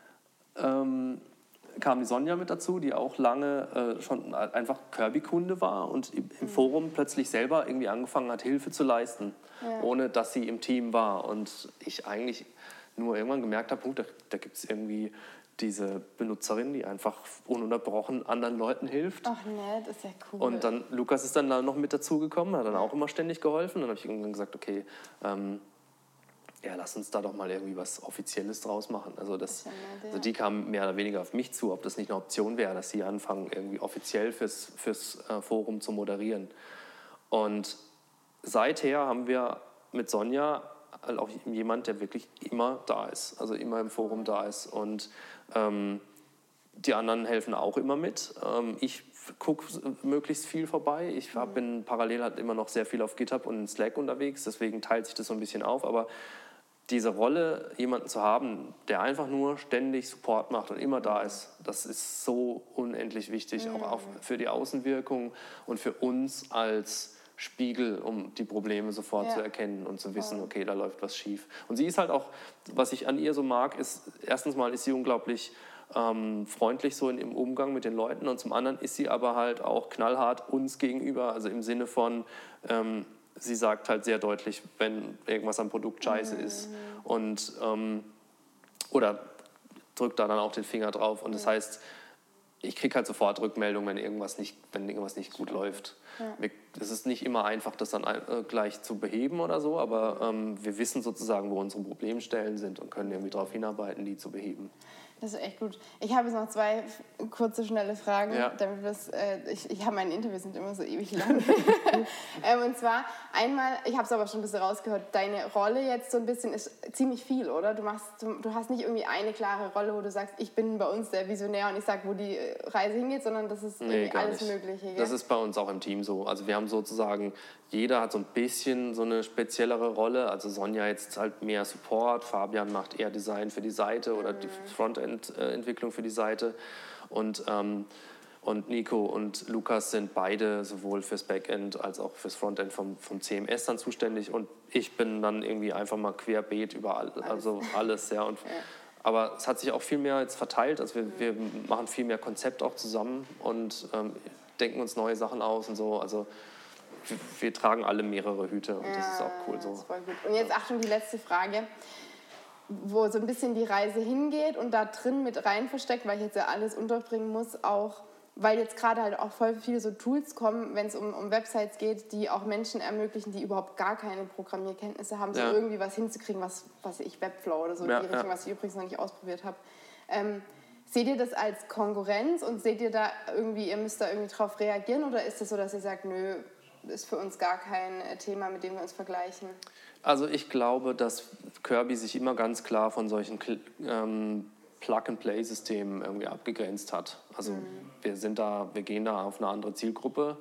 ähm, kam die Sonja mit dazu, die auch lange äh, schon einfach Kirby-Kunde war und im mhm. Forum plötzlich selber irgendwie angefangen hat, Hilfe zu leisten, ja. ohne dass sie im Team war. Und ich eigentlich nur irgendwann gemerkt habe, da, da gibt es irgendwie diese Benutzerin, die einfach ununterbrochen anderen Leuten hilft. Ach nett, ist ja cool. Und dann, Lukas ist dann da noch mit dazugekommen, hat dann auch immer ständig geholfen. Dann habe ich irgendwann gesagt, okay, ähm, ja, lass uns da doch mal irgendwie was Offizielles draus machen. Also, das, das also die kamen mehr oder weniger auf mich zu, ob das nicht eine Option wäre, dass sie anfangen, irgendwie offiziell fürs, fürs äh, Forum zu moderieren. Und seither haben wir mit Sonja auch jemand, der wirklich immer da ist, also immer im Forum da ist. Und ähm, die anderen helfen auch immer mit. Ähm, ich gucke möglichst viel vorbei. Ich hab, bin parallel halt immer noch sehr viel auf GitHub und in Slack unterwegs, deswegen teilt sich das so ein bisschen auf. Aber diese Rolle, jemanden zu haben, der einfach nur ständig Support macht und immer da ist, das ist so unendlich wichtig, mhm. auch für die Außenwirkung und für uns als Spiegel, um die Probleme sofort ja. zu erkennen und zu wissen, okay, da läuft was schief. Und sie ist halt auch, was ich an ihr so mag, ist, erstens mal ist sie unglaublich ähm, freundlich so in, im Umgang mit den Leuten und zum anderen ist sie aber halt auch knallhart uns gegenüber, also im Sinne von, ähm, sie sagt halt sehr deutlich, wenn irgendwas am Produkt scheiße ist und ähm, oder drückt da dann auch den Finger drauf und das heißt, ich kriege halt sofort Rückmeldung, wenn irgendwas nicht, wenn irgendwas nicht gut läuft. Es ja. ist nicht immer einfach, das dann äh, gleich zu beheben oder so, aber ähm, wir wissen sozusagen, wo unsere Problemstellen sind und können irgendwie darauf hinarbeiten, die zu beheben. Das ist echt gut. Ich habe jetzt noch zwei kurze, schnelle Fragen. Ja. Damit das, äh, ich ich habe meine Interviews sind immer so ewig lang. ähm, und zwar einmal, ich habe es aber schon ein bisschen rausgehört, deine Rolle jetzt so ein bisschen ist ziemlich viel, oder? Du, machst, du, du hast nicht irgendwie eine klare Rolle, wo du sagst, ich bin bei uns der Visionär und ich sage, wo die Reise hingeht, sondern das ist nee, irgendwie alles nicht. Mögliche. Gell? Das ist bei uns auch im Team so. Also wir haben sozusagen, jeder hat so ein bisschen so eine speziellere Rolle. Also Sonja jetzt halt mehr Support, Fabian macht eher Design für die Seite oder mhm. die Frontend-Entwicklung für die Seite. Und, ähm, und Nico und Lukas sind beide sowohl fürs Backend als auch fürs Frontend vom, vom C M S dann zuständig. Und ich bin dann irgendwie einfach mal querbeet über all, also alles. Ja. Und, ja. Aber es hat sich auch viel mehr jetzt verteilt. Also wir, mhm. wir machen viel mehr Konzept auch zusammen und ähm, denken uns neue Sachen aus und so. Also wir tragen alle mehrere Hüte und ja, das ist auch cool so. Das ist voll gut. Und jetzt Achtung, die letzte Frage, wo so ein bisschen die Reise hingeht und da drin mit rein versteckt, weil ich jetzt ja alles unterbringen muss, auch weil jetzt gerade halt auch voll viele so Tools kommen, wenn es um, um Websites geht, die auch Menschen ermöglichen, die überhaupt gar keine Programmierkenntnisse haben, so ja. irgendwie was hinzukriegen, was, was ich Webflow oder so ja, in die Richtung, ja. was ich übrigens noch nicht ausprobiert habe. Ähm, seht ihr das als Konkurrenz und seht ihr da irgendwie, ihr müsst da irgendwie drauf reagieren oder ist es das so, dass ihr sagt, nö, ist für uns gar kein Thema, mit dem wir uns vergleichen? Also ich glaube, dass Kirby sich immer ganz klar von solchen ähm, Plug-and-Play-Systemen irgendwie abgegrenzt hat. Also mhm. wir sind da, wir gehen da auf eine andere Zielgruppe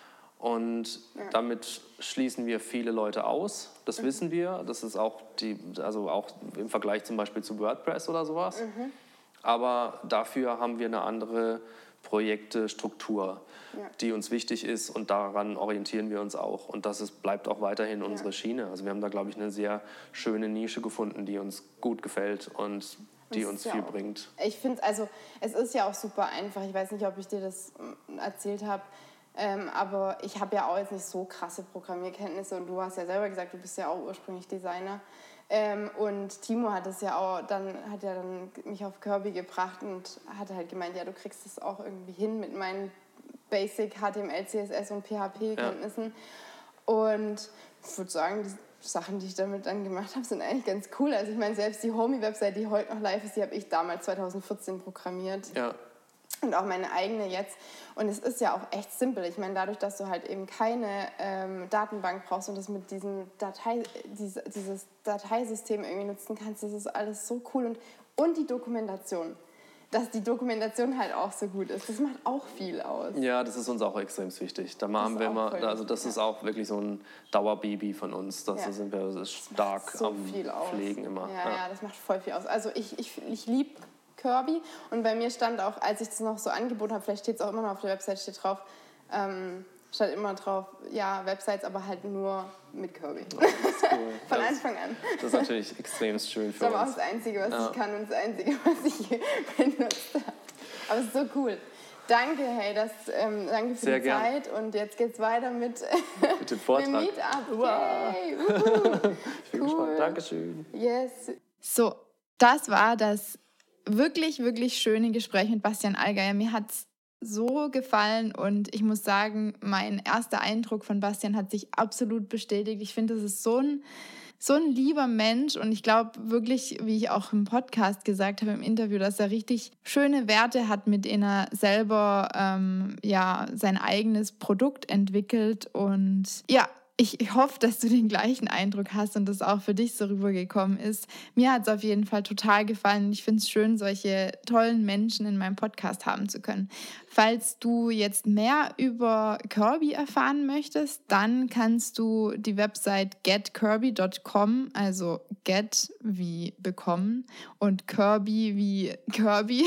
und ja. damit schließen wir viele Leute aus. Das mhm. wissen wir. Das ist auch die, also auch im Vergleich zum Beispiel zu WordPress oder sowas. Mhm. Aber dafür haben wir eine andere Projektestruktur, ja. die uns wichtig ist und daran orientieren wir uns auch. Und das ist, bleibt auch weiterhin ja. unsere Schiene. Also wir haben da, glaube ich, eine sehr schöne Nische gefunden, die uns gut gefällt und die uns viel ja bringt. Ich finde, also es ist ja auch super einfach. Ich weiß nicht, ob ich dir das erzählt habe, ähm, aber ich habe ja auch jetzt nicht so krasse Programmierkenntnisse und du hast ja selber gesagt, du bist ja auch ursprünglich Designer. Ähm, und Timo hat es ja auch dann, hat ja dann mich auf Kirby gebracht und hat halt gemeint, ja, du kriegst es auch irgendwie hin mit meinen Basic H T M L, C S S und P H P-Kenntnissen. Ja. Und ich würde sagen, die Sachen, die ich damit dann gemacht habe, sind eigentlich ganz cool. Also ich meine, selbst die Homey-Website, die heute noch live ist, die habe ich damals zwanzig vierzehn programmiert. Ja. Und auch meine eigene jetzt. Und es ist ja auch echt simpel. Ich meine, dadurch, dass du halt eben keine ähm, Datenbank brauchst und das mit diesem Datei, diese, dieses Dateisystem irgendwie nutzen kannst, das ist alles so cool. Und, und die Dokumentation. Dass die Dokumentation halt auch so gut ist. Das macht auch viel aus. Ja, das ist uns auch extrem wichtig. Da machen wir immer, also das ist auch wirklich so ein Dauerbaby von uns. Da ja. sind wir stark so am Pflegen immer. Ja, ja, ja, das macht voll viel aus. Also ich, ich, ich liebe Kirby und bei mir stand auch, als ich das noch so angeboten habe, vielleicht steht es auch immer noch auf der Website, steht drauf, ähm, stand immer drauf, ja, Websites, aber halt nur mit Kirby. Oh, das ist cool. Von das, Anfang an. Das ist natürlich extrem schön für uns. Das ist aber auch das Einzige, was ja. ich kann und das Einzige, was ich benutzt habe. Aber es ist so cool. Danke, hey, das, ähm, danke für Sehr die gern. Zeit und jetzt geht's weiter mit, mit dem Vortrag. Mit Meetup. Wow. Yay. Uh, ich bin cool. gespannt. Dankeschön. Yes. So, das war das wirklich, wirklich schöne Gespräch mit Bastian Allgeier. Mir hat's so gefallen und ich muss sagen, mein erster Eindruck von Bastian hat sich absolut bestätigt. Ich finde, das ist so ein, so ein lieber Mensch und ich glaube wirklich, wie ich auch im Podcast gesagt habe, im Interview, dass er richtig schöne Werte hat, mit denen er selber ähm, ja, sein eigenes Produkt entwickelt und ja, ich hoffe, dass du den gleichen Eindruck hast und das auch für dich so rübergekommen ist. Mir hat es auf jeden Fall total gefallen. Ich finde es schön, solche tollen Menschen in meinem Podcast haben zu können. Falls du jetzt mehr über Kirby erfahren möchtest, dann kannst du die Website get kirby dot com, also get wie bekommen und Kirby wie Kirby,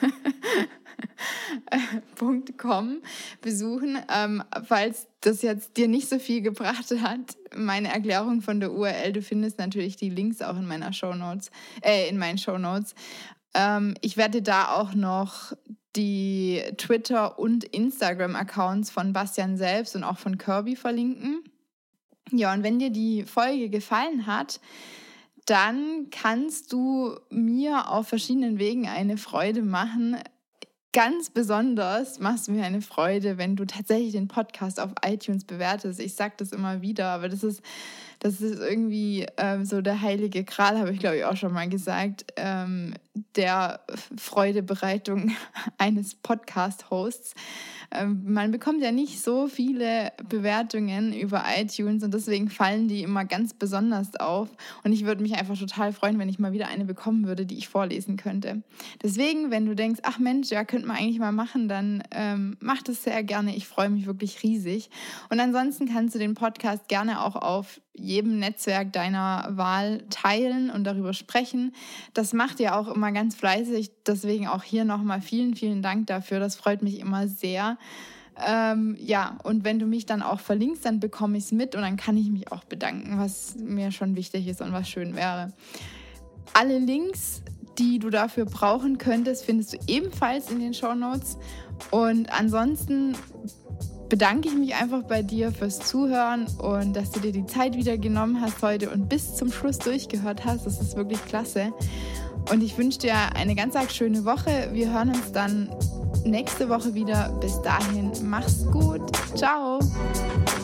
.com besuchen. Ähm, falls das jetzt dir nicht so viel gebracht hat, meine Erklärung von der U R L, du findest natürlich die Links auch in meiner Shownotes, äh, in meinen Shownotes. Ähm, ich werde da auch noch die Twitter- und Instagram-Accounts von Bastian selbst und auch von Kirby verlinken. Ja, und wenn dir die Folge gefallen hat, dann kannst du mir auf verschiedenen Wegen eine Freude machen. Ganz besonders machst du mir eine Freude, wenn du tatsächlich den Podcast auf iTunes bewertest. Ich sage das immer wieder, aber das ist, das ist irgendwie ähm, so der heilige Gral, habe ich glaube ich auch schon mal gesagt, ähm, der Freudebereitung eines Podcast-Hosts. Ähm, man bekommt ja nicht so viele Bewertungen über iTunes und deswegen fallen die immer ganz besonders auf. Und ich würde mich einfach total freuen, wenn ich mal wieder eine bekommen würde, die ich vorlesen könnte. Deswegen, wenn du denkst, ach Mensch, ja, könnte man eigentlich mal machen, dann ähm, mach das sehr gerne. Ich freue mich wirklich riesig. Und ansonsten kannst du den Podcast gerne auch auf jedem Netzwerk deiner Wahl teilen und darüber sprechen. Das macht ihr auch immer ganz fleißig. Deswegen auch hier nochmal vielen, vielen Dank dafür. Das freut mich immer sehr. Ähm, ja, und wenn du mich dann auch verlinkst, dann bekomme ich es mit und dann kann ich mich auch bedanken, was mir schon wichtig ist und was schön wäre. Alle Links, die du dafür brauchen könntest, findest du ebenfalls in den Shownotes. Und ansonsten bedanke ich mich einfach bei dir fürs Zuhören und dass du dir die Zeit wieder genommen hast heute und bis zum Schluss durchgehört hast. Das ist wirklich klasse. Und ich wünsche dir eine ganz arg schöne Woche. Wir hören uns dann nächste Woche wieder. Bis dahin, mach's gut. Ciao.